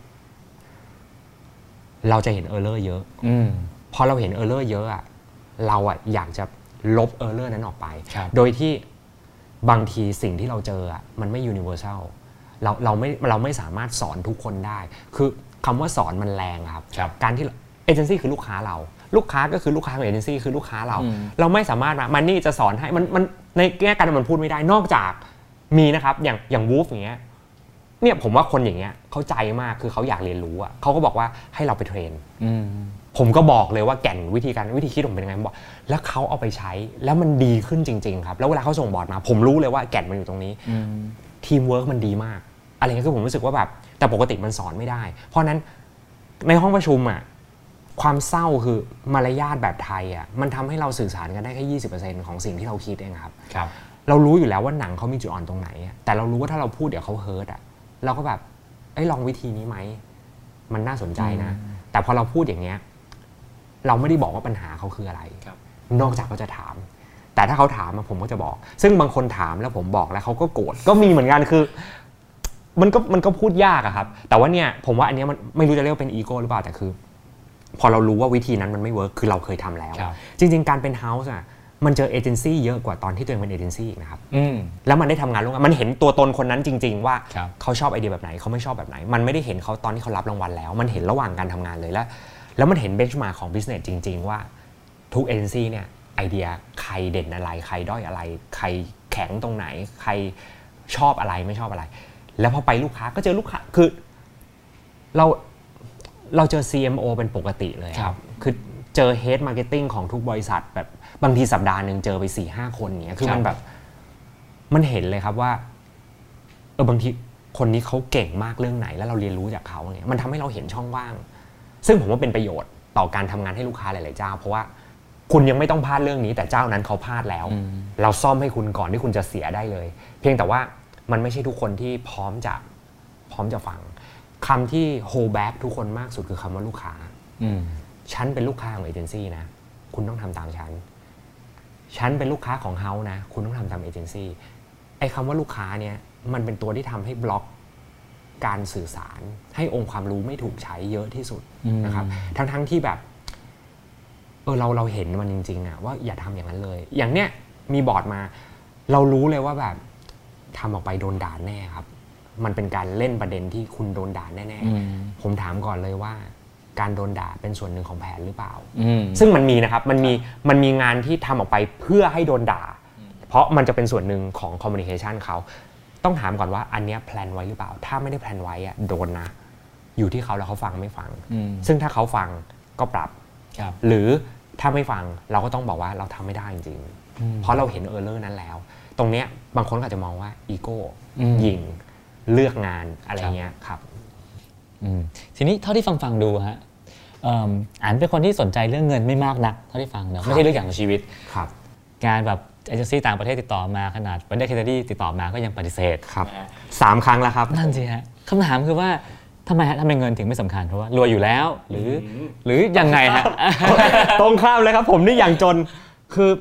Speaker 1: เราจะเห็นเออร์เลอร์เยอะอพอเราเห็นเออร์เลอร์เยอะอะเราอะอยากจะลบเออร์เลอร์นั้นออกไปโดยที่บางทีสิ่งที่เราเจออะมันไม่ยูนิเวอร์แซลเราเราไม่เราไม่สามารถสอนทุกคนได้คือคำว่าสอนมันแรงครับการที่เอเจนซี่คือลูกค้าเราลูกค้าก็คือลูกค้าของเอเจนซี่คือลูกค้าเราเราไม่สามารถมามันนี่จะสอนให้มันมันในแง่การมันพูดไม่ได้นอกจากมีนะครับอย่างอย่างวูฟอย่างเงี้ยเนี่ยผมว่าคนอย่างเงี้ยเข้าใจมากคือเขาอยากเรียนรู้อ่ะเขาก็บอกว่าให้เราไปเทรนผมก็บอกเลยว่าแก่นวิธีการวิธีคิดผมเป็นยังไงผมบอกแล้วเขาเอาไปใช้แล้วมันดีขึ้นจริงๆครับแล้วเวลาเขาส่งบอร์ดมาผมรู้เลยว่าแก่นมันอยู่ตรงนี้ทีมเวิร์กมันดีมากอะไรเงี้ยคือผมรู้สึกว่าแบบแต่ปกติมันสอนไม่ได้เพราะนั้นในห้องประชุมอ่ะความเศร้าคือมารยาทแบบไทยอ่ะมันทำให้เราสื่อสารกันได้แค่ ยี่สิบเปอร์เซ็นต์ ของสิ่งที่เราคิดเองครับเรารู้อยู่แล้วว่าหนังเขามีจุดอ่อนตรงไหนแต่เรารู้ว่าถ้าเราพูดเดี๋ยวเขาเฮิร์ตอ่ะเราก็แบบไอ้ลองวิธีนี้ไหมมันน่าสนใจนะแต่พอเราพูดอย่างเงี้ยเราไม่ได้บอกว่าปัญหาเขาคืออะไรนอกจากเขาจะถามแต่ถ้าเขาถามผมก็จะบอกซึ่งบางคนถามแล้วผมบอกแล้วเขาก็โกรธก็มีเหมือนกันคือมันก็มันก็พูดยากอะครับแต่ว่าเนี่ยผมว่าอันนี้มันไม่รู้จะเรียกว่าเป็นอีโก้หรือเปล่าแต่คือพอเรารู้ว่าวิธีนั้นมันไม่เวิร์คคือเราเคยทำแล้วจริงๆการเป็นเฮาส์อะมันเจอเอเจนซี่เยอะกว่าตอนที่ตัวเองเป็นเอเจนซี่นะครับแล้วมันได้ทำงานร่วมกันมันเห็นตัวตนคนนั้นจริงๆว่าเขาชอบไอเดียแบบไหนเขาไม่ชอบแบบไหนมันไม่ได้เห็นเขาตอนที่เขารับรางวัลแล้วมันเห็นระหว่างการทำงานเลยแล้วแล้วมันเห็นเบนช์มาร์คของบิสเนสจริงๆว่าทุกเอเจนซี่เนี่ยไอเดียใครเด่นอะไรใครด้อยอะไรใครแข็งตรงไหนใครชอบอะไรไม่ชอบอะไรแล้วพอไปลูกค้าก็เจอลูกค้าคือเราเราเจอ ซี เอ็ม โอ เป็นปกติเลยครับคือเจอ Head Marketing ของทุกบริษัทแบบบางทีสัปดาห์นึงเจอไป สี่ห้า คนอย่างเงี้ยคือมันแบบมันเห็นเลยครับว่าเออบางทีคนนี้เขาเก่งมากเรื่องไหนแล้วเราเรียนรู้จากเขาเนี่ยมันทำให้เราเห็นช่องว่างซึ่งผมว่าเป็นประโยชน์ต่อการทำงานให้ลูกค้าหลายๆเจ้าเพราะว่าคุณยังไม่ต้องพลาดเรื่องนี้แต่เจ้านั้นเขาพลาดแล้วเราซ่อมให้คุณก่อนที่คุณจะเสียได้เลยเพียงแต่ว่ามันไม่ใช่ทุกคนที่พร้อมจะพร้อมจะฟังคำที่ hold back ทุกคนมากสุดคือคำว่าลูกค้าฉันเป็นลูกค้าของเอเจนซี่นะคุณต้องทำตามฉันฉันเป็นลูกค้าของเฮาส์นะคุณต้องทำตามเอเจนซี่ไอ้คำว่าลูกค้าเนี่ยมันเป็นตัวที่ทำให้บล็อกการสื่อสารให้องค์ความรู้ไม่ถูกใช้เยอะที่สุดนะครับทั้งๆที่แบบเออเราเราเห็นมันจริงๆอะว่าอย่าทำอย่างนั้นเลยอย่างเนี้ยมีบอร์ดมาเรารู้เลยว่าแบบทำออกไปโดนด่าแน่ครับมันเป็นการเล่นประเด็นที่คุณโดนด่าแน่ๆผมถามก่อนเลยว่าการโดนด่าเป็นส่วนหนึ่งของแผนหรือเปล่าซึ่งมันมีนะครับมันมีมันมีงานที่ทำออกไปเพื่อให้โดนด่าเพราะมันจะเป็นส่วนหนึ่งของคอมมิวนิเคชันเขาต้องถามก่อนว่าอันนี้แพลนไว้หรือเปล่าถ้าไม่ได้แพลนไว้อะโดนนะอยู่ที่เขาแล้วเขาฟังไม่ฟังซึ่งถ้าเขาฟังก็ปรับหรือถ้าไม่ฟังเราก็ต้องบอกว่าเราทำไม่ได้จริงๆเพราะเราเห็นเออร์เลอร์นั้นแล้วตรงเนี้ยบางคนอาจจะมองว่าอีโก้ยิงเลือกงานอะไรเงี้ยครับ
Speaker 3: ทีนี้เท่าที่ฟังฟังดูฮะอ่านเป็นคนที่สนใจเรื่องเงินไม่มากนักเท่าที่ฟังเนอะไม่ใช่เรื่องอย่างของชีวิตงานแบบเอเจนซี่ต่างประเทศติดต่อมาขนาดวันเดอร์เคเนดี้ติดต่อมาก็ยังปฏิเสธ
Speaker 1: ครับสามครั้งแล้วครับ
Speaker 3: นั่นสิฮะคำถามคือว่าทำไมฮะทำไมเงินถึงไม่สำคัญเพราะว่ารวยอยู่แล้วหรือหรือยังไงฮะ
Speaker 1: ตรงข้ามเลยครับผมนี่อย่างจนคือ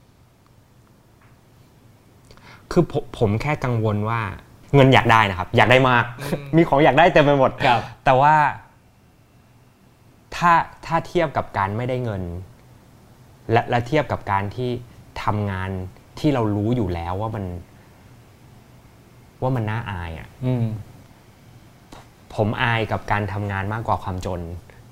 Speaker 1: คือผมแค่กังวลว่าเงินอยากได้นะครับอยากได้มากมีของอยากได้เต็มไปหมดแต่ว่าถ้าถ้าเทียบกับการไม่ได้เงินและและเทียบกับการที่ทำงานที่เรารู้อยู่แล้วว่ามันว่ามันน่าอายอ่ะผมอายกับการทำงานมากกว่าความจน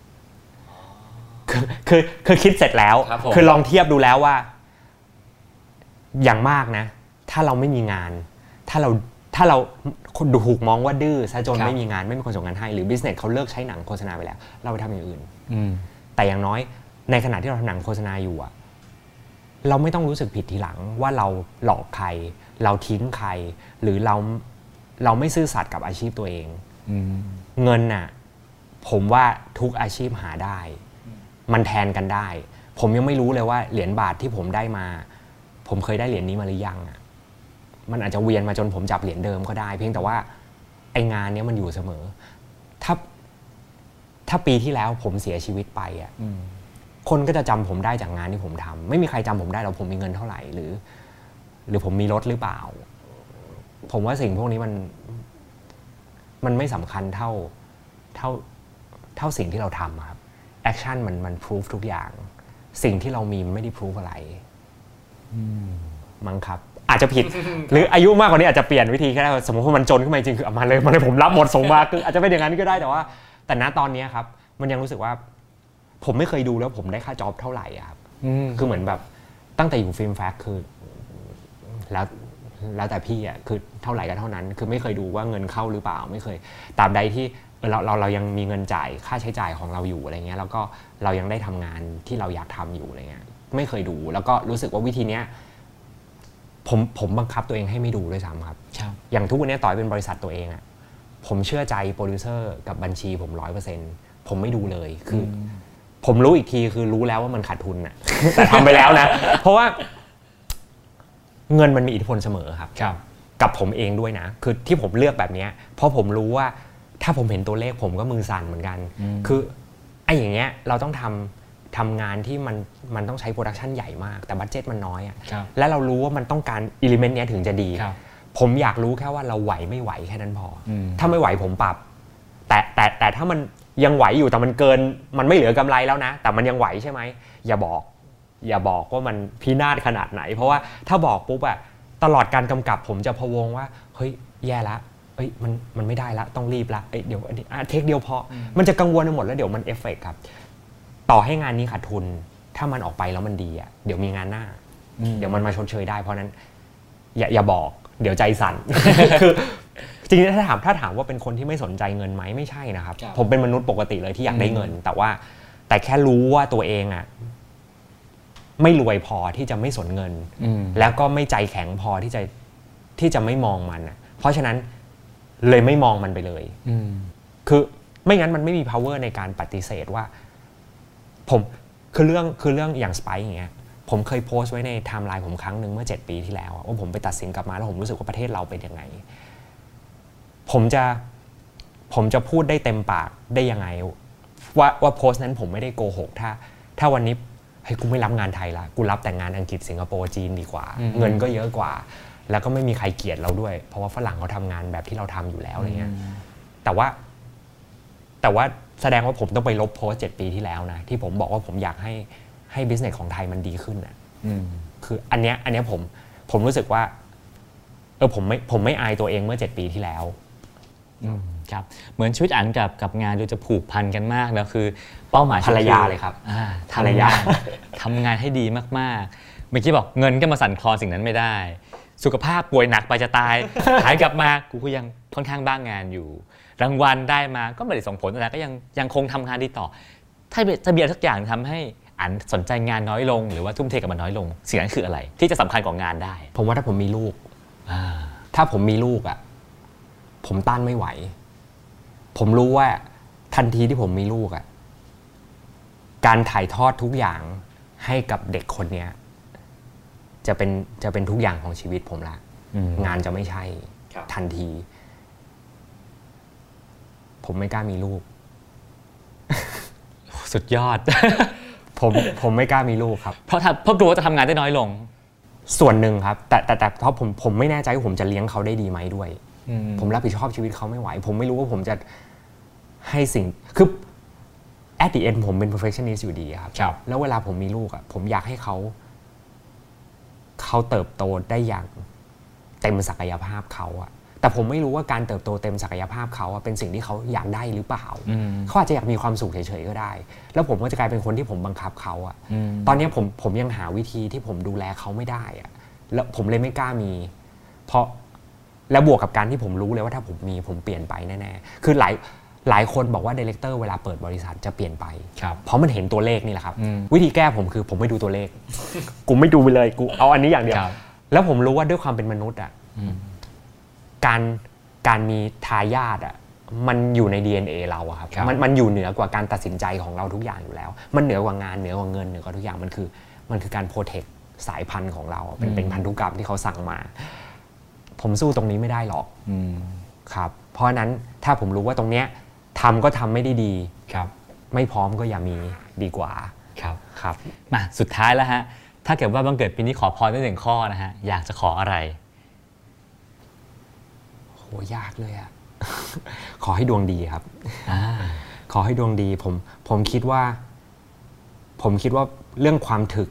Speaker 1: คือคือคือคิดเสร็จแล้วคือลองเทียบดูแล้วว่าอย่างมากนะถ้าเราไม่มีงานถ้าเราถ้าเราดูถูกมองว่าดื้อซะจนไม่มีงานไม่มีคนส่งงานให้หรือบิสเนสเขาเลิกใช้หนังโฆษณาไปแล้วเราไปทำอย่างอื่นแต่อย่างน้อยในขณะที่เราทำหนังโฆษณาอยู่อะเราไม่ต้องรู้สึกผิดทีหลังว่าเราหลอกใครเราทิ้งใครหรือเราเราไม่ซื่อสัตย์กับอาชีพตัวเองเงินน่ะผมว่าทุกอาชีพหาได้มันแทนกันได้ผมยังไม่รู้เลยว่าเหรียญบาทที่ผมได้มาผมเคยได้เหรียญนี้มาหรือยังอ่ะมันอาจจะเวียนมาจนผมจับเหรียญเดิมก็ได้เพียงแต่ว่าไองานนี้มันอยู่เสมอถ้าถ้าปีที่แล้วผมเสียชีวิตไปอ่ะคนก็จะจำผมได้จากงานที่ผมทำไม่มีใครจำผมได้หรอกผมมีเงินเท่าไหร่หรือหรือผมมีรถหรือเปล่าผมว่าสิ่งพวกนี้มันมันไม่สำคัญเท่าเท่าเท่าสิ่งที่เราทำครับแอคชั่นมันมันพิสูจทุกอย่างสิ่งที่เรามีมันไม่ได้พิสูจอะไรมั้งครับอาจจะผิด หรืออายุมากกว่านี้อาจจะเปลี่ยนวิธีก็ได้สมมติว่ามันจนขึ้นมาจริงคือเอามาเลยมาเลยผมรับหมดส่งมาคืออาจจะเป็นอย่างนั้นก็ได้แต่ว่าแต่ณตอนนี้ครับมันยังรู้สึกว่าผมไม่เคยดูแล้วผมได้ค่าจ็อบเท่าไหร่ครับคือเหมือนแบบตั้งแต่อยู่ฟิล์มแฟกคือแล้วแล้วแต่พี่อ่ะคือเท่าไหร่ก็เท่านั้นคือไม่เคยดูว่าเงินเข้าหรือเปล่าไม่เคยตามใดที่เราเราเรายังมีเงินจ่ายค่าใช้จ่ายของเราอยู่อะไรเงี้ยแล้วก็เรายังได้ทำงานที่เราอยากทำอยู่อะไรเงี้ยไม่เคยดูแล้วก็รู้สึกว่าวิธีเนี้ยผมผมบังคับตัวเองให้ไม่ดูด้วยซ้ำครับอย่างทุกวันนี้ต่อให้เป็นบริษัทตัวเองอ่ะผมเชื่อใจโปรดิวเซอร์กับบัญชีผมร้อยเปอร์เซ็นต์ผมไม่ดูเลยคือผมรู้อีกทีคือรู้แล้วว่ามันขาดทุนอ่ะ แต่ทำไปแล้วนะเพราะว่าเงินมันมีอิทธิพลเสมอครับกับผมเองด้วยนะคือที่ผมเลือกแบบนี้เพราะผมรู้ว่าถ้าผมเห็นตัวเลขผมก็มือสั่นเหมือนกันคือไอ้อย่างเงี้ยเราต้องทำทำงานที่มันมันต้องใช้โปรดักชันใหญ่มากแต่บัดเจ็ตมันน้อยอ่ะและเรารู้ว่ามันต้องการอิเลเมนต์เนี้ยถึงจะดีผมอยากรู้แค่ว่าเราไหวไม่ไหวแค่นั้นพอถ้าไม่ไหวผมปรับแต่แต่แต่ถ้ามันยังไหวอยู่แต่มันเกินมันไม่เหลือกำไรแล้วนะแต่มันยังไหวใช่ไหมอย่าบอกอย่าบอกว่ามันพินาศขนาดไหนเพราะว่าถ้าบอกปุ๊บอะตลอดการกำกับผมจะพะวงว่าเฮ้ยแย่ละเอ้ยมันมันไม่ได้ละต้องรีบละเอ้ยเดี๋ยวอันนี้เทคเดียวพอมันจะกังวลไปหมดแล้วเดี๋ยวมันเอฟเฟกต์ครับต่อให้งานนี้ขาดทุนถ้ามันออกไปแล้วมันดีอะเดี๋ยวมีงานหน้าเดี๋ยวมันมาชดเชยได้เพราะนั้นอย่าอย่าบอกเดี๋ยวใจสั่น คือจริงๆถ้าถามถ้าถามว่าเป็นคนที่ไม่สนใจเงินไหมไม่ใช่นะครับผมเป็นมนุษย์ปกติเลยที่อยากได้เงินแต่ว่าแต่แค่รู้ว่าตัวเองอะไม่รวยพอที่จะไม่สนเงินแล้วก็ไม่ใจแข็งพอที่จะที่จะไม่มองมันอ่ะเพราะฉะนั้นเลยไม่มองมันไปเลยคือไม่งั้นมันไม่มี power ในการปฏิเสธว่าผมคือเรื่องคือเรื่องอย่างสไปซ์อย่างเงี้ยผมเคยโพสต์ไว้ในไทม์ไลน์ผมครั้งหนึ่งเมื่อเจ็ดปีที่แล้วว่าผมไปตัดสินกลับมาแล้วผมรู้สึกว่าประเทศเราเป็นยังไงผมจะผมจะพูดได้เต็มปากได้ยังไงว่าว่าโพสต์นั้นผมไม่ได้โกหกถ้าถ้าวันนี้เฮ้ยกูไม่รับงานไทยละกูรับแต่งานอังกฤษสิงคโปร์จีนดีกว่าเงินก็เยอะกว่าแล้วก็ไม่มีใครเกลียดเราด้วยเพราะว่าฝรั่งเขาทำงานแบบที่เราทำอยู่แล้วอะไรเงี้ยแต่ว่าแต่ว่าแสดงว่าผมต้องไปลบโพสต์เจ็ดปีที่แล้วนะที่ผมบอกว่าผมอยากให้ให้บิสเนสของไทยมันดีขึ้นอ่ะคืออันเนี้ยอันเนี้ยผมผมรู้สึกว่าเออผมไม่ผมไม่อายตัวเองเมื่อเจ็ดปีที่แล้ว
Speaker 3: ครับเหมือนชีวิตอันกับกับงานดูจะผูกพันกันมากนะคือเป้าหมาย
Speaker 1: ภรรยาเลยครับ
Speaker 3: ภรรยาทำงานให้ดีมากๆเมื่อกี้บอกเงินก็มาสั่นคลอนสิ่งนั้นไม่ได้สุขภาพป่วยหนักไปจะตายหายกลับมากูก็ยังค่อนข้างบ้างงานอยู่รางวัลได้มาก็ไม่ได้ส่งผลอะไรก็ยังยังคงทำงานดีต่อถ้าจะเบียร์สักอย่างทำให้อันสนใจงานน้อยลงหรือว่าทุ่มเทกับมันน้อยลงสิ่งนั้นคืออะไรที่จะสำคัญกว่างานได้
Speaker 1: ผมว่าถ้าผมมีลูกถ้าผมมีลูกอ่ะผมต้านไม่ไหวผมรู้ว่าทันทีที่ผมมีลูกอ่ะการถ่ายทอดทุกอย่างให้กับเด็กคนนี้จะเป็นจะเป็นทุกอย่างของชีวิตผมละงานจะไม่ใช่ทันทีผมไม่กล้ามีลูก
Speaker 3: สุดยอด
Speaker 1: ผมผมไม่กล้ามีลูกครับ
Speaker 3: เพราะเพราะกลัวว่าจะทำงานได้น้อยลง
Speaker 1: ส่วนหนึ่งครับแต่แต่แต่เพราะผมผมไม่แน่ใจว่าผมจะเลี้ยงเขาได้ดีไหมด้วยผมรับผิดชอบชีวิตเขาไม่ไหวผมไม่รู้ว่าผมจะให้สิ่งคือ at the end ผมเป็น perfectionist อยู่ดีครับแล้วเวลาผมมีลูกอ่ะผมอยากให้เขาเขาเติบโตได้อย่างเต็มศักยภาพเขาอะแต่ผมไม่รู้ว่าการเติบโตเต็มศักยภาพเขาเป็นสิ่งที่เขาอยากได้หรือเปล่าเขาอาจจะอยากมีความสุขเฉยๆก็ได้แล้วผมก็จะกลายเป็นคนที่ผมบังคับเขาอะตอนนี้ผมผมยังหาวิธีที่ผมดูแลเขาไม่ได้อะแล้วผมเลยไม่กล้ามีเพราะแล้วบวกกับการที่ผมรู้เลยว่าถ้าผมมีผมเปลี่ยนไปแน่ๆคือหลายหลายคนบอกว่าดีเรคเตอร์เวลาเปิดบริษัทจะเปลี่ยนไปเพราะมันเห็นตัวเลขนี่แหละครับวิธีแก้ผมคือผมไม่ดูตัวเลขกูไม่ดูไปเลยกูเอาอันนี้อย่างเดียวแล้วผมรู้ว่าด้วยความเป็นมนุษย์อ่ะการการมีทายาทอ่ะมันอยู่ใน ดี เอ็น เอ เราอะครับมันมันอยู่เหนือกว่าการตัดสินใจของเราทุกอย่างอยู่แล้วมันเหนือกว่างานเหนือกว่าเงินเหนือกว่าทุกอย่างมันคือมันคือการโปรเทคสายพันธุ์ของเราเป็นเป็นพันธุกรรมที่เขาสั่งมาผมสู้ตรงนี้ไม่ได้หรอกครับเพราะนั้นถ้าผมรู้ว่าตรงเนี้ยทำก็ทำไม่ได้ดีไม่พร้อมก็อย่ามีดีกว่า
Speaker 3: ครับ
Speaker 1: ครับ
Speaker 3: มาสุดท้ายแล้วฮะถ้าเกิดว่าบังเกิดปีนี้ขอพรได้หนึ่งข้อนะฮะอยากจะขออะไร
Speaker 1: ยากเลยอะ ขอให้ดวงดีครับ ขอให้ดวงดีผมผมคิดว่า ผมคิดว่าเรื่องความถึก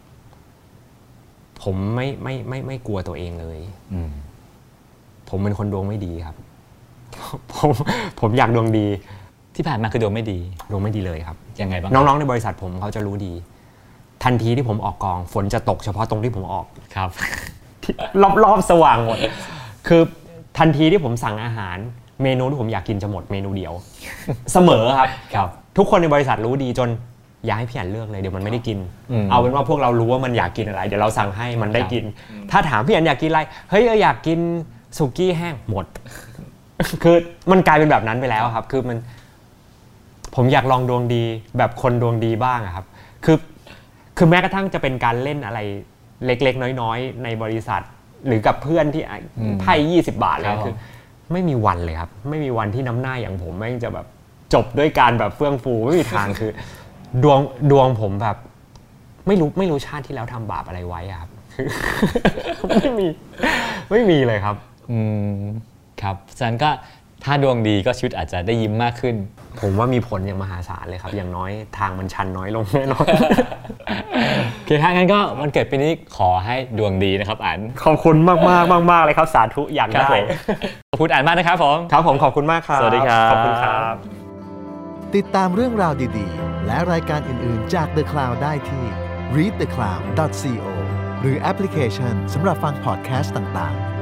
Speaker 1: ผมไม่ไม่ไม่ไม่กลัวตัวเองเลยผมเป็นคนดวงไม่ดีครับ ผมผมอยากดวงดี
Speaker 3: ที่ผ่านมาคือดวงไม่ดี
Speaker 1: ดวงไม่ดีเลยครับ
Speaker 3: ยังไงบ้าง
Speaker 1: น้องๆในบริษัทผมเขาจะรู้ดีทันทีที่ผมออกกองฝนจะตกเฉพาะตรงที่ผมออก
Speaker 3: ครับ
Speaker 1: รอบๆสว่างหมดคือทันทีที่ผมสั่งอาหารเมนูที่ผมอยากกินจะหมดเมนูเดียวเสมอครับ
Speaker 3: ครับ
Speaker 1: ทุกคนในบริษัทรู้ดีจนอย่าให้พี่อันเลือกเลยเดี๋ยวมันไม่ได้กินเอาเป็นว่าพวกเรารู้ว่ามันอยากกินอะไรเดี๋ยวเราสั่งให้มันได้กินถ้าถามพี่อันอยากกินอะไรเฮ้ยอยากกินสุกี้แห้งหมดคือมันกลายเป็นแบบนั้นไปแล้วครับคือมันผมอยากลองดวงดีแบบคนดวงดีบ้างครับคือคือแม้กระทั่งจะเป็นการเล่นอะไรเล็กๆน้อยๆในบริษัทหรือกับเพื่อนที่ไพ่ยี่สิบบาทเลยคือไม่มีวันเลยครับไม่มีวันที่น้ำหน้าอย่างผมแม่งจะแบบจบด้วยการแบบเฟื่องฟูไม่มีทางคือดวงดวงผมแบบไม่รู้ไม่รู้ชาติที่แล้วทำบาปอะไรไว้ครับไม่มีไม่มีเลยครับ
Speaker 3: อืมครับฉะนั้นก็ถ้าดวงดีก็ชีวิตอาจจะได้ยิ้มมากขึ้น
Speaker 1: ผมว่ามีผลอย่างมหาศาลเลยครับอย่างน้อยทางมันชันน้อยลงแน่นอน
Speaker 3: โอเคครับงั้นก็วันเกิดปีนี้ขอให้ดวงดีนะครับอัน
Speaker 1: ขอบคุณมากมากมากมากเลยครับสาธุอยากได้
Speaker 3: ขอบคุณอันมากนะครับผม
Speaker 1: ครับผมขอบคุณมากครับ
Speaker 3: สวัสดีครับ
Speaker 1: ขอบคุณครับ
Speaker 2: ติดตามเรื่องราวดีๆและรายการอื่นๆจาก The Cloud ได้ที่ รีด เดอะ คลาวด์ ดอท ซี โอ หรือแอปพลิเคชันสำหรับฟังพอดแคสต์ต่างๆ